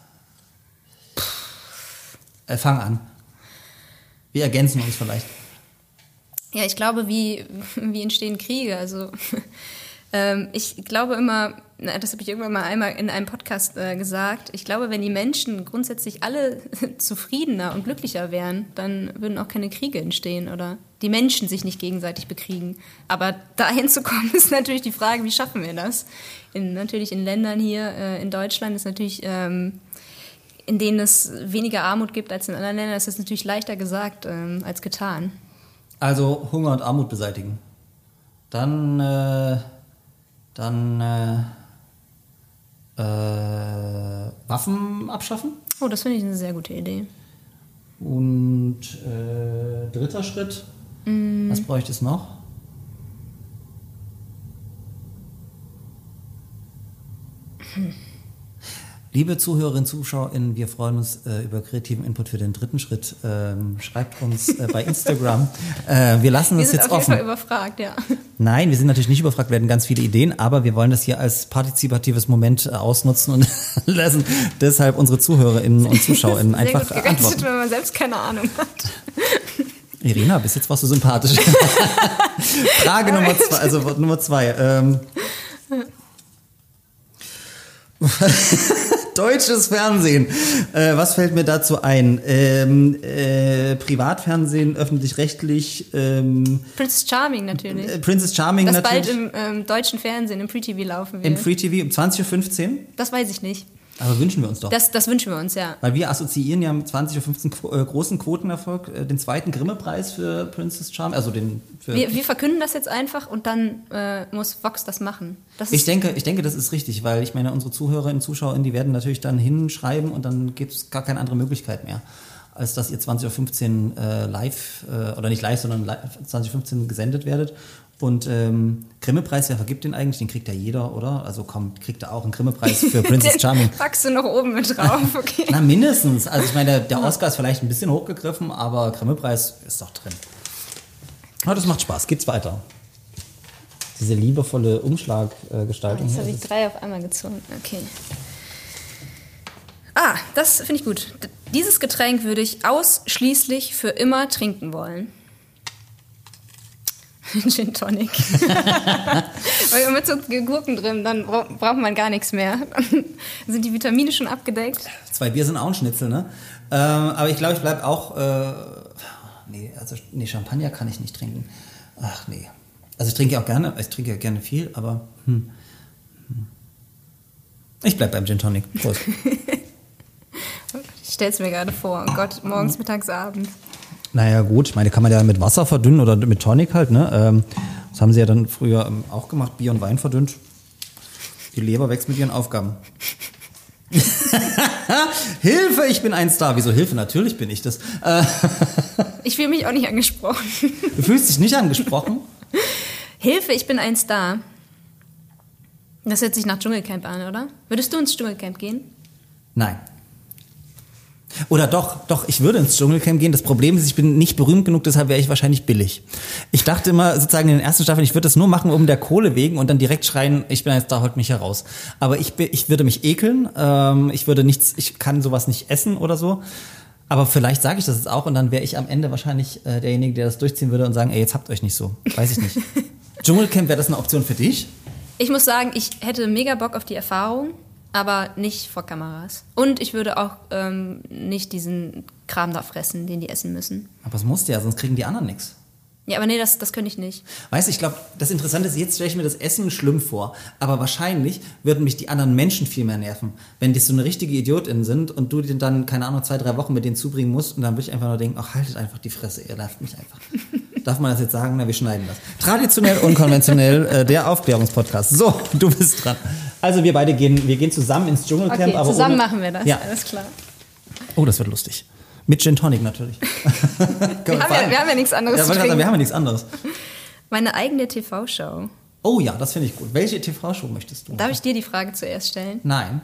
Fang an. Wir ergänzen uns vielleicht. Ja, ich glaube, wie entstehen Kriege? Also ich glaube immer, das habe ich irgendwann mal einmal in einem Podcast gesagt, ich glaube, wenn die Menschen grundsätzlich alle zufriedener und glücklicher wären, dann würden auch keine Kriege entstehen oder die Menschen sich nicht gegenseitig bekriegen. Aber dahin zu kommen, ist natürlich die Frage, wie schaffen wir das? Natürlich in Ländern hier, in Deutschland ist natürlich, in denen es weniger Armut gibt als in anderen Ländern, ist das natürlich leichter gesagt als getan. Also Hunger und Armut beseitigen. Dann Waffen abschaffen. Oh, das finde ich eine sehr gute Idee. Und 3. Schritt, was bräuchte es noch? Liebe Zuhörerinnen, ZuschauerInnen, wir freuen uns über kreativen Input für den 3. Schritt. Schreibt uns bei Instagram. Wir lassen das jetzt offen. Wir sind auf jeden Fall überfragt, ja. Nein, wir sind natürlich nicht überfragt, wir hatten ganz viele Ideen, aber wir wollen das hier als partizipatives Moment ausnutzen und lassen deshalb unsere ZuhörerInnen und ZuschauerInnen einfach antworten. Wenn man selbst keine Ahnung hat. Irina, bis jetzt warst du sympathisch. Frage Nummer 2. Deutsches Fernsehen. Was fällt mir dazu ein? Privatfernsehen, öffentlich-rechtlich. Princess Charming natürlich. Princess Charming das natürlich. Das bald im deutschen Fernsehen, im Free TV laufen wird. Im Free TV um 20.15 Uhr? Das weiß ich nicht. Aber wünschen wir uns doch. Das wünschen wir uns, ja. Weil wir assoziieren ja mit 2015 großen Quotenerfolg den zweiten Grimme-Preis für Princess Charming, also den... Wir verkünden das jetzt einfach und dann muss Vox das machen. Ich denke, das ist richtig, weil ich meine, unsere Zuhörerinnen, Zuschauerinnen, die werden natürlich dann hinschreiben und dann gibt es gar keine andere Möglichkeit mehr, als dass ihr 2015 live, oder nicht live, sondern 2015 gesendet werdet. Und Grimme-Preis, wer vergibt den eigentlich? Den kriegt ja jeder, oder? Also kriegt er auch einen Grimme-Preis für Princess Charming. Packst du noch oben mit drauf, okay. Na, mindestens. Also ich meine, der Oscar ist vielleicht ein bisschen hochgegriffen, aber Grimme-Preis ist doch drin. Aber das macht Spaß. Geht's weiter. Diese liebevolle Umschlaggestaltung. Jetzt habe ich 3 auf einmal gezogen. Okay. Das finde ich gut. Dieses Getränk würde ich ausschließlich für immer trinken wollen. Gin Tonic. Weil mit so Gurken drin, dann braucht man gar nichts mehr. Dann sind die Vitamine schon abgedeckt. 2 Bier sind auch ein Schnitzel, ne? Aber ich glaube, ich bleibe auch... Champagner kann ich nicht trinken. Ach nee. Also ich trinke ja gerne viel, aber... Ich bleibe beim Gin Tonic. Prost. Ich stelle es mir gerade vor. Oh Gott, morgens, mittags, abends. Naja gut, ich meine, kann man ja mit Wasser verdünnen oder mit Tonic halt, ne? Das haben sie ja dann früher auch gemacht, Bier und Wein verdünnt. Die Leber wächst mit ihren Aufgaben. Hilfe, ich bin ein Star. Wieso Hilfe? Natürlich bin ich das. Ich fühle mich auch nicht angesprochen. Du fühlst dich nicht angesprochen? Hilfe, ich bin ein Star. Das hört sich nach Dschungelcamp an, oder? Würdest du ins Dschungelcamp gehen? Nein. Oder doch, ich würde ins Dschungelcamp gehen. Das Problem ist, ich bin nicht berühmt genug, deshalb wäre ich wahrscheinlich billig. Ich dachte immer sozusagen in den ersten Staffeln, ich würde das nur machen um der Kohle wegen und dann direkt schreien, ich bin jetzt da, holt mich heraus. Aber ich würde mich ekeln, ich kann sowas nicht essen oder so. Aber vielleicht sage ich das jetzt auch und dann wäre ich am Ende wahrscheinlich derjenige, der das durchziehen würde und sagen, ey, jetzt habt euch nicht so. Weiß ich nicht. Dschungelcamp, wäre das eine Option für dich? Ich muss sagen, ich hätte mega Bock auf die Erfahrung. Aber nicht vor Kameras. Und ich würde auch nicht diesen Kram da fressen, den die essen müssen. Aber es musst du ja, sonst kriegen die anderen nichts. Ja, aber nee, das könnte ich nicht. Weißt du, ich glaube, das Interessante ist, jetzt stelle ich mir das Essen schlimm vor. Aber wahrscheinlich würden mich die anderen Menschen viel mehr nerven. Wenn die so eine richtige Idiotin sind und du den dann, keine Ahnung, 2-3 Wochen mit denen zubringen musst und dann würde ich einfach nur denken, ach, haltet einfach die Fresse, ihr nervt mich einfach. Darf man das jetzt sagen? Na, wir schneiden das. Traditionell, unkonventionell, der Aufklärungspodcast. So, du bist dran. Also wir gehen zusammen ins Dschungelcamp. Okay, aber zusammen machen wir das, ja. Alles klar. Oh, das wird lustig. Mit Gin Tonic natürlich. wir haben ja nichts anderes zu trinken. Wir haben ja nichts anderes. Meine eigene TV-Show. Oh ja, das finde ich gut. Welche TV-Show möchtest du? Darf ich dir die Frage zuerst stellen? Nein.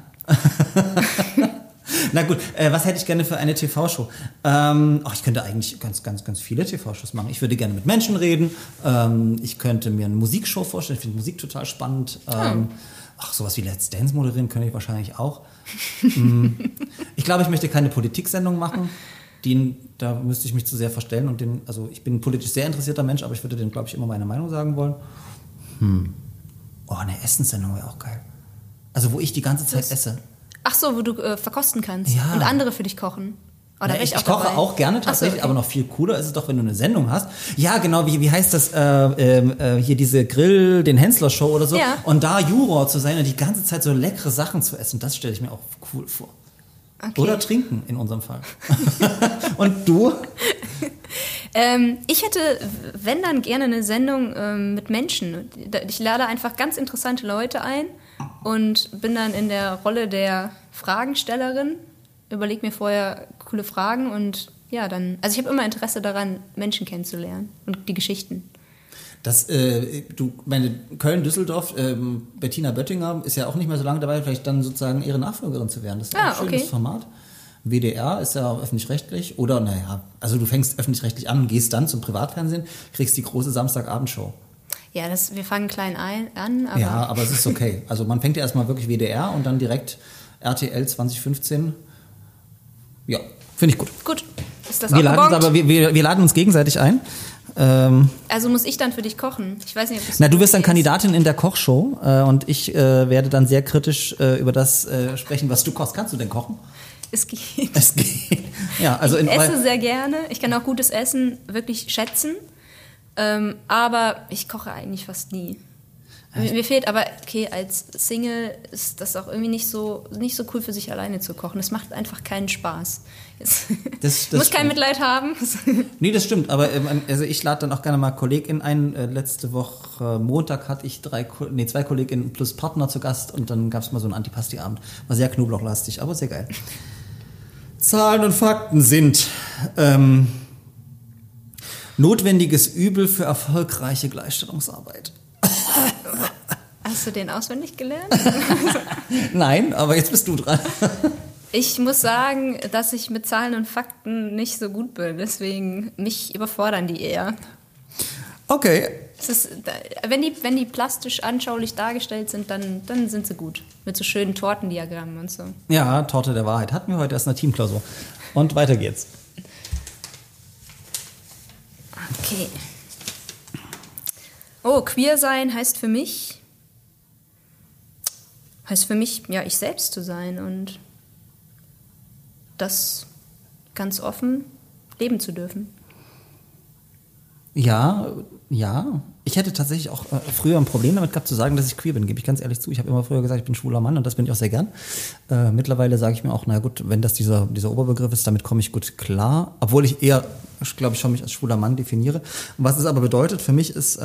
Na gut, was hätte ich gerne für eine TV-Show? Ich könnte eigentlich ganz viele TV-Shows machen. Ich würde gerne mit Menschen reden. Ich könnte mir eine Musikshow vorstellen. Ich finde Musik total spannend. Sowas wie Let's Dance moderieren könnte ich wahrscheinlich auch. Ich glaube, ich möchte keine Politiksendung machen. Da müsste ich mich zu sehr verstellen. Ich bin ein politisch sehr interessierter Mensch, aber ich würde denen, glaube ich, immer meine Meinung sagen wollen. Eine Essenssendung wäre auch geil. Also wo ich die ganze Zeit esse. Ach so, wo du verkosten kannst ja. Und andere für dich kochen. Ich koche auch gerne tatsächlich, aber noch viel cooler ist es doch, wenn du eine Sendung hast. Ja, genau, wie heißt das, hier diese den Hensler-Show oder so. Ja. Und da Juror zu sein und die ganze Zeit so leckere Sachen zu essen, das stelle ich mir auch cool vor. Okay. Oder trinken in unserem Fall. Und du? Ich hätte, wenn dann gerne eine Sendung mit Menschen. Ich lade einfach ganz interessante Leute ein und bin dann in der Rolle der Fragenstellerin. Überleg mir vorher coole Fragen und ja, dann. Also ich habe immer Interesse daran, Menschen kennenzulernen und die Geschichten. Köln-Düsseldorf, Bettina Böttinger ist ja auch nicht mehr so lange dabei, vielleicht dann sozusagen ihre Nachfolgerin zu werden. Das ist ein schönes Format. WDR ist ja öffentlich-rechtlich oder also du fängst öffentlich-rechtlich an und gehst dann zum Privatfernsehen, kriegst die große Samstagabend-Show. Ja, wir fangen klein an. Aber ja, aber es ist okay. Also man fängt ja erstmal wirklich WDR und dann direkt RTL 2015. Ja, finde ich gut. Gut, ist das auch gebongt? Wir laden uns gegenseitig ein. Also muss ich dann für dich kochen? Ich weiß nicht, ob du wirst dann Kandidatin in der Kochshow und ich werde dann sehr kritisch über das sprechen, was du kochst. Kannst du denn kochen? Es geht. Ja, also ich esse sehr gerne. Ich kann auch gutes Essen wirklich schätzen. Aber ich koche eigentlich fast nie. Mir fehlt aber, okay, als Single ist das auch irgendwie nicht so cool für sich alleine zu kochen. Das macht einfach keinen Spaß. Das muss kein Mitleid haben. Nee, das stimmt, aber also ich lade dann auch gerne mal KollegInnen ein. Letzte Woche Montag hatte ich 2 KollegInnen plus Partner zu Gast und dann gab es mal so einen Antipasti-Abend. War sehr knoblauchlastig, aber sehr geil. Zahlen und Fakten sind notwendiges Übel für erfolgreiche Gleichstellungsarbeit. Hast du den auswendig gelernt? Nein, aber jetzt bist du dran. Ich muss sagen, dass ich mit Zahlen und Fakten nicht so gut bin. Deswegen, mich überfordern die eher. Okay. Wenn die plastisch anschaulich dargestellt sind, dann sind sie gut. Mit so schönen Tortendiagrammen und so. Ja, Torte der Wahrheit. Hatten wir heute erst eine Teamklausur. Und weiter geht's. Okay. Oh, queer sein heißt für mich, ja, ich selbst zu sein und das ganz offen leben zu dürfen. Ja. Ich hätte tatsächlich auch früher ein Problem damit gehabt zu sagen, dass ich queer bin, gebe ich ganz ehrlich zu. Ich habe immer früher gesagt, ich bin schwuler Mann und das bin ich auch sehr gern. Mittlerweile sage ich mir auch, na gut, wenn das dieser Oberbegriff ist, damit komme ich gut klar. Obwohl ich eher, glaube ich, schon mich als schwuler Mann definiere. Und was es aber bedeutet für mich ist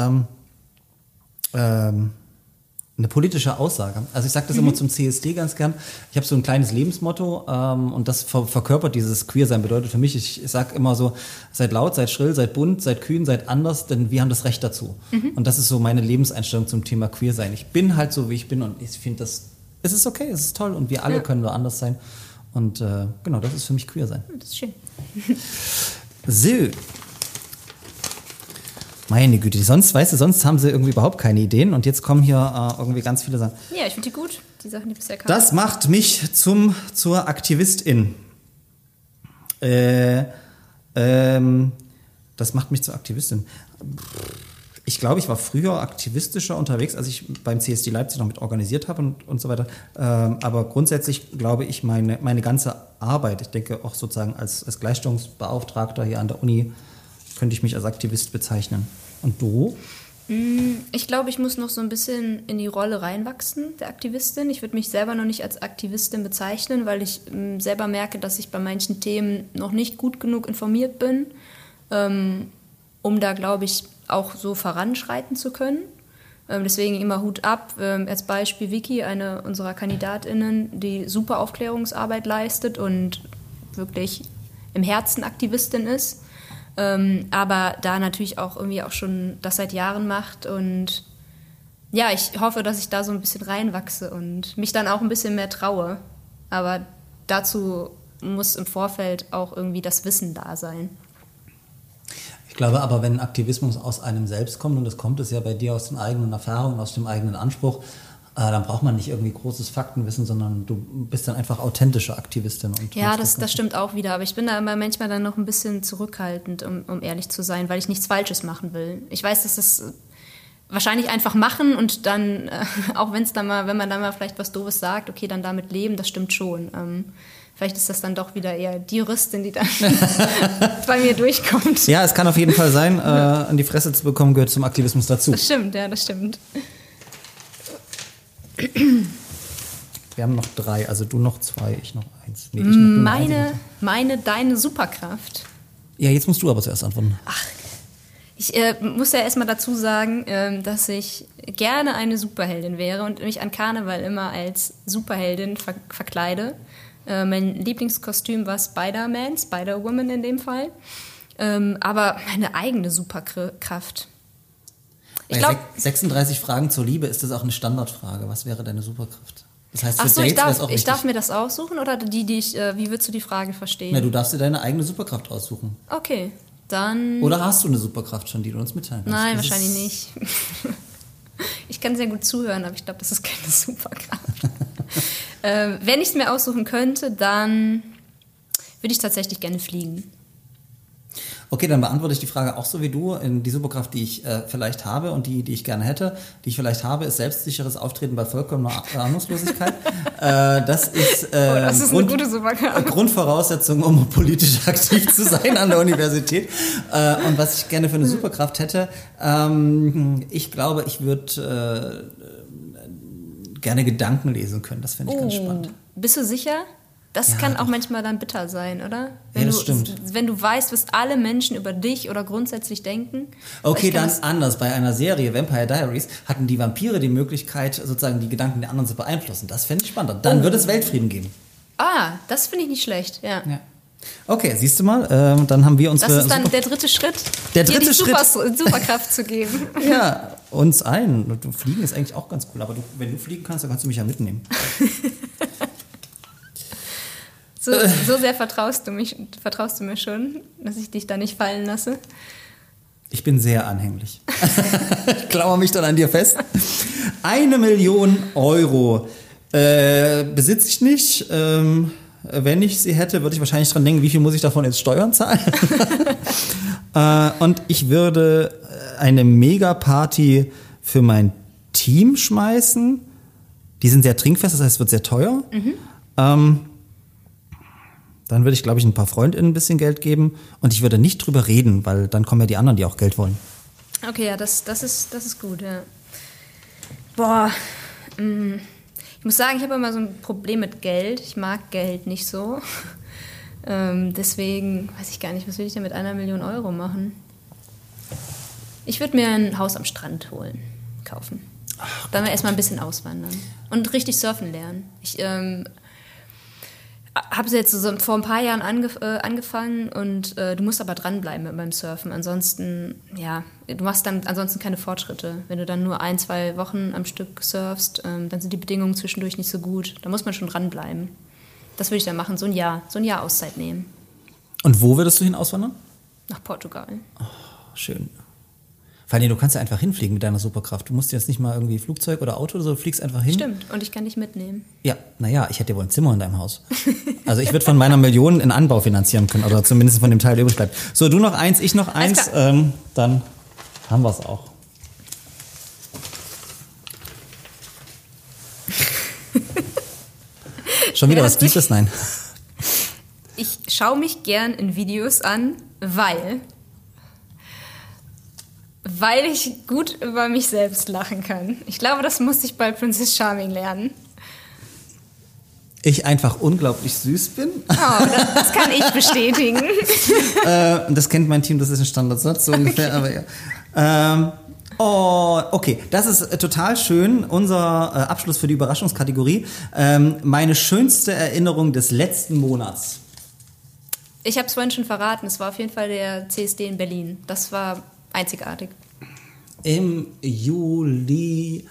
eine politische Aussage. Also ich sage das immer zum CSD ganz gern. Ich habe so ein kleines Lebensmotto und das verkörpert dieses Queersein. Bedeutet für mich, ich sage immer so, seid laut, seid schrill, seid bunt, seid kühn, seid anders, denn wir haben das Recht dazu. Und das ist so meine Lebenseinstellung zum Thema Queersein. Ich bin halt so, wie ich bin und ich finde es ist okay, es ist toll und wir alle können nur anders sein. Und genau, das ist für mich Queersein. Das ist schön. So. Meine Güte, sonst haben sie irgendwie überhaupt keine Ideen und jetzt kommen hier irgendwie ganz viele Sachen. Ja, ich finde die gut, die Sachen, die bisher kamen. Das macht mich zur Aktivistin. Das macht mich zur Aktivistin. Ich glaube, ich war früher aktivistischer unterwegs, als ich beim CSD Leipzig noch mit organisiert habe und so weiter. Aber grundsätzlich glaube ich, meine ganze Arbeit, ich denke auch sozusagen als Gleichstellungsbeauftragter hier an der Uni, könnte ich mich als Aktivist bezeichnen. Und du? Ich glaube, ich muss noch so ein bisschen in die Rolle reinwachsen, der Aktivistin. Ich würde mich selber noch nicht als Aktivistin bezeichnen, weil ich selber merke, dass ich bei manchen Themen noch nicht gut genug informiert bin, um da, glaube ich, auch so voranschreiten zu können. Deswegen immer Hut ab. Als Beispiel Vicky, eine unserer KandidatInnen, die super Aufklärungsarbeit leistet und wirklich im Herzen Aktivistin ist. Aber da natürlich auch irgendwie auch schon das seit Jahren macht und ja, ich hoffe, dass ich da so ein bisschen reinwachse und mich dann auch ein bisschen mehr traue. Aber dazu muss im Vorfeld auch irgendwie das Wissen da sein. Ich glaube aber, wenn Aktivismus aus einem selbst kommt, und das kommt es ja bei dir aus den eigenen Erfahrungen, aus dem eigenen Anspruch, dann braucht man nicht irgendwie großes Faktenwissen, sondern du bist dann einfach authentische Aktivistin. Und ja, das stimmt auch wieder. Aber ich bin da immer manchmal dann noch ein bisschen zurückhaltend, um ehrlich zu sein, weil ich nichts Falsches machen will. Ich weiß, dass das wahrscheinlich einfach machen und dann, auch wenn man dann mal vielleicht was Doofes sagt, okay, dann damit leben, das stimmt schon. Vielleicht ist das dann doch wieder eher die Juristin, die dann bei mir durchkommt. Ja, es kann auf jeden Fall sein, an die Fresse zu bekommen, gehört zum Aktivismus dazu. Das stimmt, ja, das stimmt. Wir haben noch 3, also du noch 2, ich noch 1. Nee, deine Superkraft. Ja, jetzt musst du aber zuerst antworten. Ach, ich muss ja erstmal dazu sagen, dass ich gerne eine Superheldin wäre und mich an Karneval immer als Superheldin verkleide. Mein Lieblingskostüm war Spider-Man, Spider-Woman in dem Fall. Aber meine eigene Superkraft. Ich glaube, 36 Fragen zur Liebe, ist das auch eine Standardfrage. Was wäre deine Superkraft? Das heißt, für Dates ich darf mir das aussuchen oder wie würdest du die Frage verstehen? Na, du darfst dir deine eigene Superkraft aussuchen. Okay, dann... Oder hast du eine Superkraft schon, die du uns mitteilen kannst? Nein, wahrscheinlich nicht. Ich kann sehr gut zuhören, aber ich glaube, das ist keine Superkraft. Wenn ich es mir aussuchen könnte, dann würde ich tatsächlich gerne fliegen. Okay, dann beantworte ich die Frage auch so wie du. Die Superkraft, die ich vielleicht habe und die ich gerne hätte, die ich vielleicht habe, ist selbstsicheres Auftreten bei vollkommener Ahnungslosigkeit. Das ist, das ist eine gute Superkraft. Grundvoraussetzung, um politisch aktiv zu sein an der Universität. Und was ich gerne für eine Superkraft hätte, ich glaube, ich würde gerne Gedanken lesen können. Das finde ich ganz spannend. Bist du sicher? Das kann auch manchmal dann bitter sein, oder? Stimmt. Wenn du weißt, was alle Menschen über dich oder grundsätzlich denken. Okay, dann anders. Bei einer Serie, Vampire Diaries, hatten die Vampire die Möglichkeit, sozusagen die Gedanken der anderen zu beeinflussen. Das fände ich spannend. Dann würde es Weltfrieden geben. Das finde ich nicht schlecht, ja. Okay, siehst du mal, dann haben wir unsere... Das ist dann der dritte Schritt, dir die Superkraft zu geben. Ja, uns allen. Fliegen ist eigentlich auch ganz cool, aber wenn du fliegen kannst, dann kannst du mich ja mitnehmen. So sehr vertraust du mir schon, dass ich dich da nicht fallen lasse? Ich bin sehr anhänglich. Ich klaue mich dann an dir fest. 1 Million Euro besitze ich nicht. Wenn ich sie hätte, würde ich wahrscheinlich dran denken, wie viel muss ich davon jetzt Steuern zahlen? Und ich würde eine Mega-Party für mein Team schmeißen. Die sind sehr trinkfest, das heißt, es wird sehr teuer. Dann würde ich, glaube ich, ein paar FreundInnen ein bisschen Geld geben und ich würde nicht drüber reden, weil dann kommen ja die anderen, die auch Geld wollen. Okay, ja, das ist gut, ja. Boah, ich muss sagen, ich habe immer so ein Problem mit Geld. Ich mag Geld nicht so. Deswegen weiß ich gar nicht, was will ich denn mit 1 Million Euro machen? Ich würde mir ein Haus am Strand kaufen. Dann erstmal ein bisschen auswandern und richtig surfen lernen. Ich habe jetzt so vor ein paar Jahren angefangen und du musst aber dranbleiben beim Surfen. Ansonsten, du machst dann ansonsten keine Fortschritte. Wenn du dann nur 1-2 Wochen am Stück surfst, dann sind die Bedingungen zwischendurch nicht so gut. Da muss man schon dranbleiben. Das würde ich dann machen, so ein Jahr Auszeit nehmen. Und wo würdest du hin auswandern? Nach Portugal. Oh, schön. Vor allem, du kannst ja einfach hinfliegen mit deiner Superkraft. Du musst jetzt nicht mal irgendwie Flugzeug oder Auto oder so, du fliegst einfach hin. Stimmt, und ich kann dich mitnehmen. Ja, ich hätte ja wohl ein Zimmer in deinem Haus. Also ich würde von meiner Million einen Anbau finanzieren können, oder zumindest von dem Teil, der übrig bleibt. So, du noch eins, ich noch eins, dann haben wir es auch. Schon wieder was Tiefes? Nein. Ich schaue mich gern in Videos an, weil ich gut über mich selbst lachen kann. Ich glaube, das musste ich bei Princess Charming lernen. Ich einfach unglaublich süß bin. Oh, das kann ich bestätigen. Das kennt mein Team, das ist ein Standardsatz, so ungefähr. Aber ja. Okay, das ist total schön. Unser Abschluss für die Überraschungskategorie. Meine schönste Erinnerung des letzten Monats. Ich habe es vorhin schon verraten. Es war auf jeden Fall der CSD in Berlin. Das war einzigartig. Im Juli,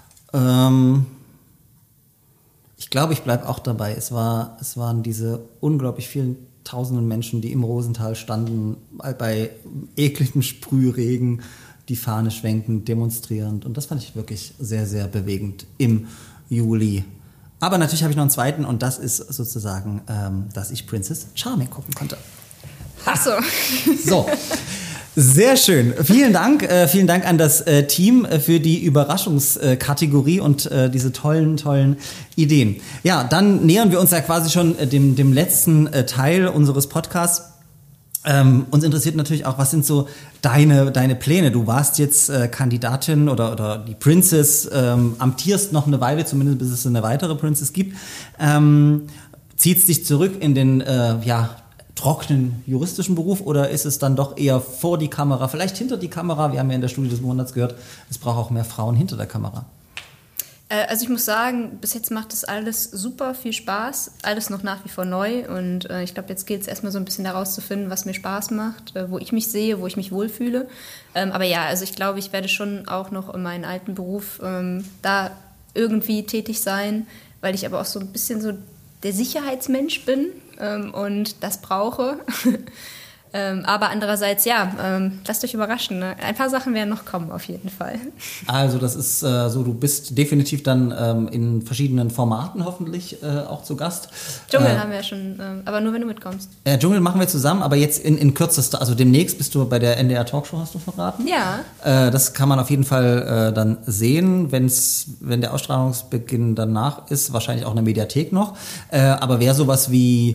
ich glaube, ich bleibe auch dabei. Es waren diese unglaublich vielen tausenden Menschen, die im Rosental standen, bei ekligem Sprühregen, die Fahne schwenkend, demonstrierend. Und das fand ich wirklich sehr, sehr bewegend im Juli. Aber natürlich habe ich noch einen zweiten und das ist sozusagen, dass ich Princess Charming gucken konnte. Ach so. So. Sehr schön. Vielen Dank an das Team für die Überraschungskategorie und diese tollen Ideen. Ja, dann nähern wir uns ja quasi schon dem letzten Teil unseres Podcasts. Uns interessiert natürlich auch, was sind so deine Pläne? Du warst jetzt Kandidatin oder die Princess, amtierst noch eine Weile, zumindest bis es eine weitere Princess gibt. Ziehst dich zurück in den trockenen juristischen Beruf oder ist es dann doch eher vor die Kamera, vielleicht hinter die Kamera? Wir haben ja in der Studie des Monats gehört, es braucht auch mehr Frauen hinter der Kamera. Also ich muss sagen, bis jetzt macht das alles super viel Spaß, alles noch nach wie vor neu und ich glaube, jetzt geht es erstmal so ein bisschen herauszufinden, was mir Spaß macht, wo ich mich sehe, wo ich mich wohlfühle. Aber ja, also ich glaube, ich werde schon auch noch in meinem alten Beruf da irgendwie tätig sein, weil ich aber auch so ein bisschen so der Sicherheitsmensch bin und das brauche. Aber andererseits, lasst euch überraschen. Ne? Ein paar Sachen werden noch kommen, auf jeden Fall. Also das ist so, du bist definitiv dann in verschiedenen Formaten hoffentlich auch zu Gast. Dschungel haben wir ja schon, aber nur wenn du mitkommst. Dschungel machen wir zusammen, aber jetzt in kürzester, also demnächst bist du bei der NDR Talkshow, hast du verraten? Ja. Das kann man auf jeden Fall dann sehen, wenn der Ausstrahlungsbeginn danach ist, wahrscheinlich auch in der Mediathek noch. Aber wäre sowas wie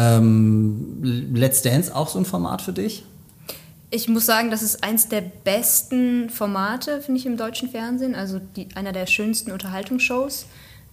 Let's Dance auch so ein Format für dich? Ich muss sagen, das ist eins der besten Formate, finde ich, im deutschen Fernsehen. Also einer der schönsten Unterhaltungsshows.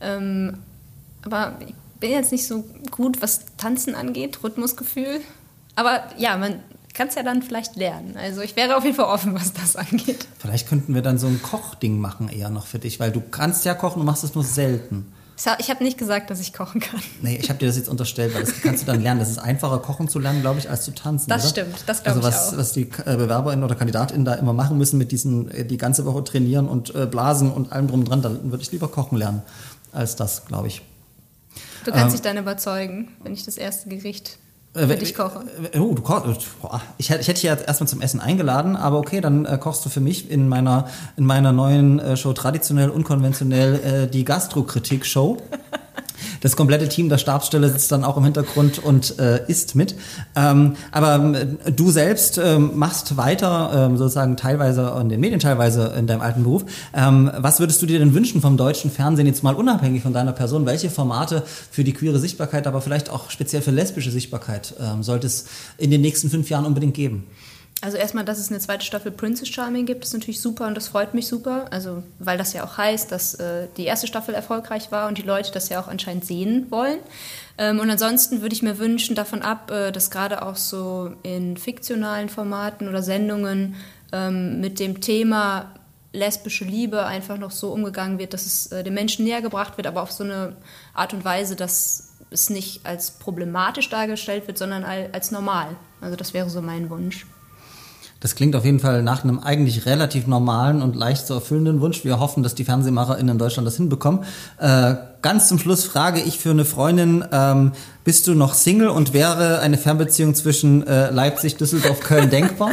Aber ich bin jetzt nicht so gut, was Tanzen angeht, Rhythmusgefühl. Aber ja, man kann es ja dann vielleicht lernen. Also ich wäre auf jeden Fall offen, was das angeht. Vielleicht könnten wir dann so ein Kochding machen eher noch für dich, weil du kannst ja kochen, du machst es nur selten. Ich habe nicht gesagt, dass ich kochen kann. Nee, ich habe dir das jetzt unterstellt, weil das kannst du dann lernen. Das ist einfacher, kochen zu lernen, glaube ich, als zu tanzen. Das oder? Stimmt, das glaube ich auch. Was die BewerberInnen oder KandidatInnen da immer machen müssen mit die ganze Woche trainieren und blasen und allem drum und dran, dann würde ich lieber kochen lernen als das, glaube ich. Du kannst dich dann überzeugen, wenn ich das erste Gericht für dich koche. Oh, du kochst. Ich hätte dich ja erstmal zum Essen eingeladen, aber okay, dann kochst du für mich in meiner neuen Show traditionell, unkonventionell die Gastrokritik-Show. Das komplette Team der Stabsstelle sitzt dann auch im Hintergrund und isst mit. Aber du selbst machst weiter, sozusagen teilweise in den Medien, teilweise in deinem alten Beruf. Was würdest du dir denn wünschen vom deutschen Fernsehen, jetzt mal unabhängig von deiner Person? Welche Formate für die queere Sichtbarkeit, aber vielleicht auch speziell für lesbische Sichtbarkeit sollte es in den nächsten 5 Jahren unbedingt geben? Also erstmal, dass es eine zweite Staffel Princess Charming gibt, ist natürlich super und das freut mich super. Also weil das ja auch heißt, dass die erste Staffel erfolgreich war und die Leute das ja auch anscheinend sehen wollen. Und ansonsten würde ich mir wünschen, davon ab, dass gerade auch so in fiktionalen Formaten oder Sendungen mit dem Thema lesbische Liebe einfach noch so umgegangen wird, dass es den Menschen näher gebracht wird, aber auf so eine Art und Weise, dass es nicht als problematisch dargestellt wird, sondern als normal. Also das wäre so mein Wunsch. Das klingt auf jeden Fall nach einem eigentlich relativ normalen und leicht zu erfüllenden Wunsch. Wir hoffen, dass die FernsehmacherInnen in Deutschland das hinbekommen. Ganz zum Schluss frage ich für eine Freundin, bist du noch Single und wäre eine Fernbeziehung zwischen Leipzig, Düsseldorf, Köln denkbar?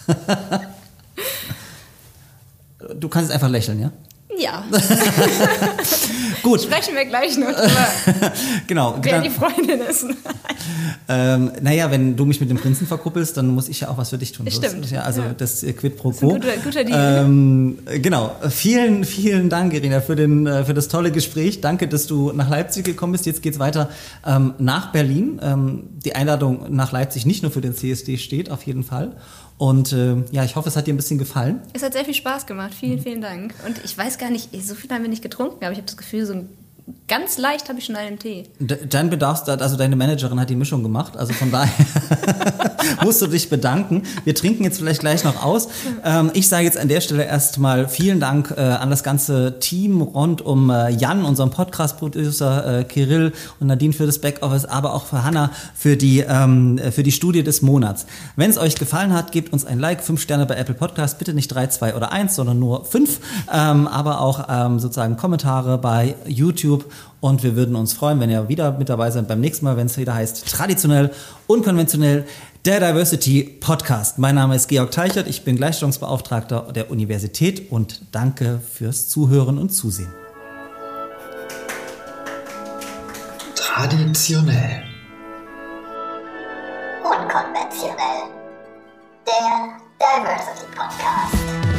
Du kannst jetzt einfach lächeln, ja? Ja. Gut. Sprechen wir gleich noch drüber. Genau. Wer die Freundin ist. Naja, wenn du mich mit dem Prinzen verkuppelst, dann muss ich ja auch was für dich tun. Stimmt. Ja, also das Quid pro quo. Das ist ein guter Deal. Genau. Vielen, vielen Dank, Irina, für das tolle Gespräch. Danke, dass du nach Leipzig gekommen bist. Jetzt geht's weiter nach Berlin. Die Einladung nach Leipzig nicht nur für den CSD steht, auf jeden Fall. Und ich hoffe, es hat dir ein bisschen gefallen. Es hat sehr viel Spaß gemacht. Vielen, vielen Dank. Und ich weiß gar nicht, so viel haben wir nicht getrunken, aber ich habe das Gefühl, so ganz leicht habe ich schon einen Tee. Dann also deine Managerin hat die Mischung gemacht, also von daher musst du dich bedanken. Wir trinken jetzt vielleicht gleich noch aus. Ich sage jetzt an der Stelle erstmal vielen Dank an das ganze Team rund um Jan, unseren Podcast-Producer, Kirill und Nadine für das Backoffice, aber auch für Hannah für die Studie des Monats. Wenn es euch gefallen hat, gebt uns ein Like, 5 Sterne bei Apple Podcast, bitte nicht 3, 2 oder 1, sondern nur 5, aber auch sozusagen Kommentare bei YouTube. Und wir würden uns freuen, wenn ihr wieder mit dabei seid beim nächsten Mal, wenn es wieder heißt traditionell, unkonventionell, der Diversity Podcast. Mein Name ist Georg Teichert, ich bin Gleichstellungsbeauftragter der Universität und danke fürs Zuhören und Zusehen. Traditionell. Unkonventionell. Der Diversity Podcast.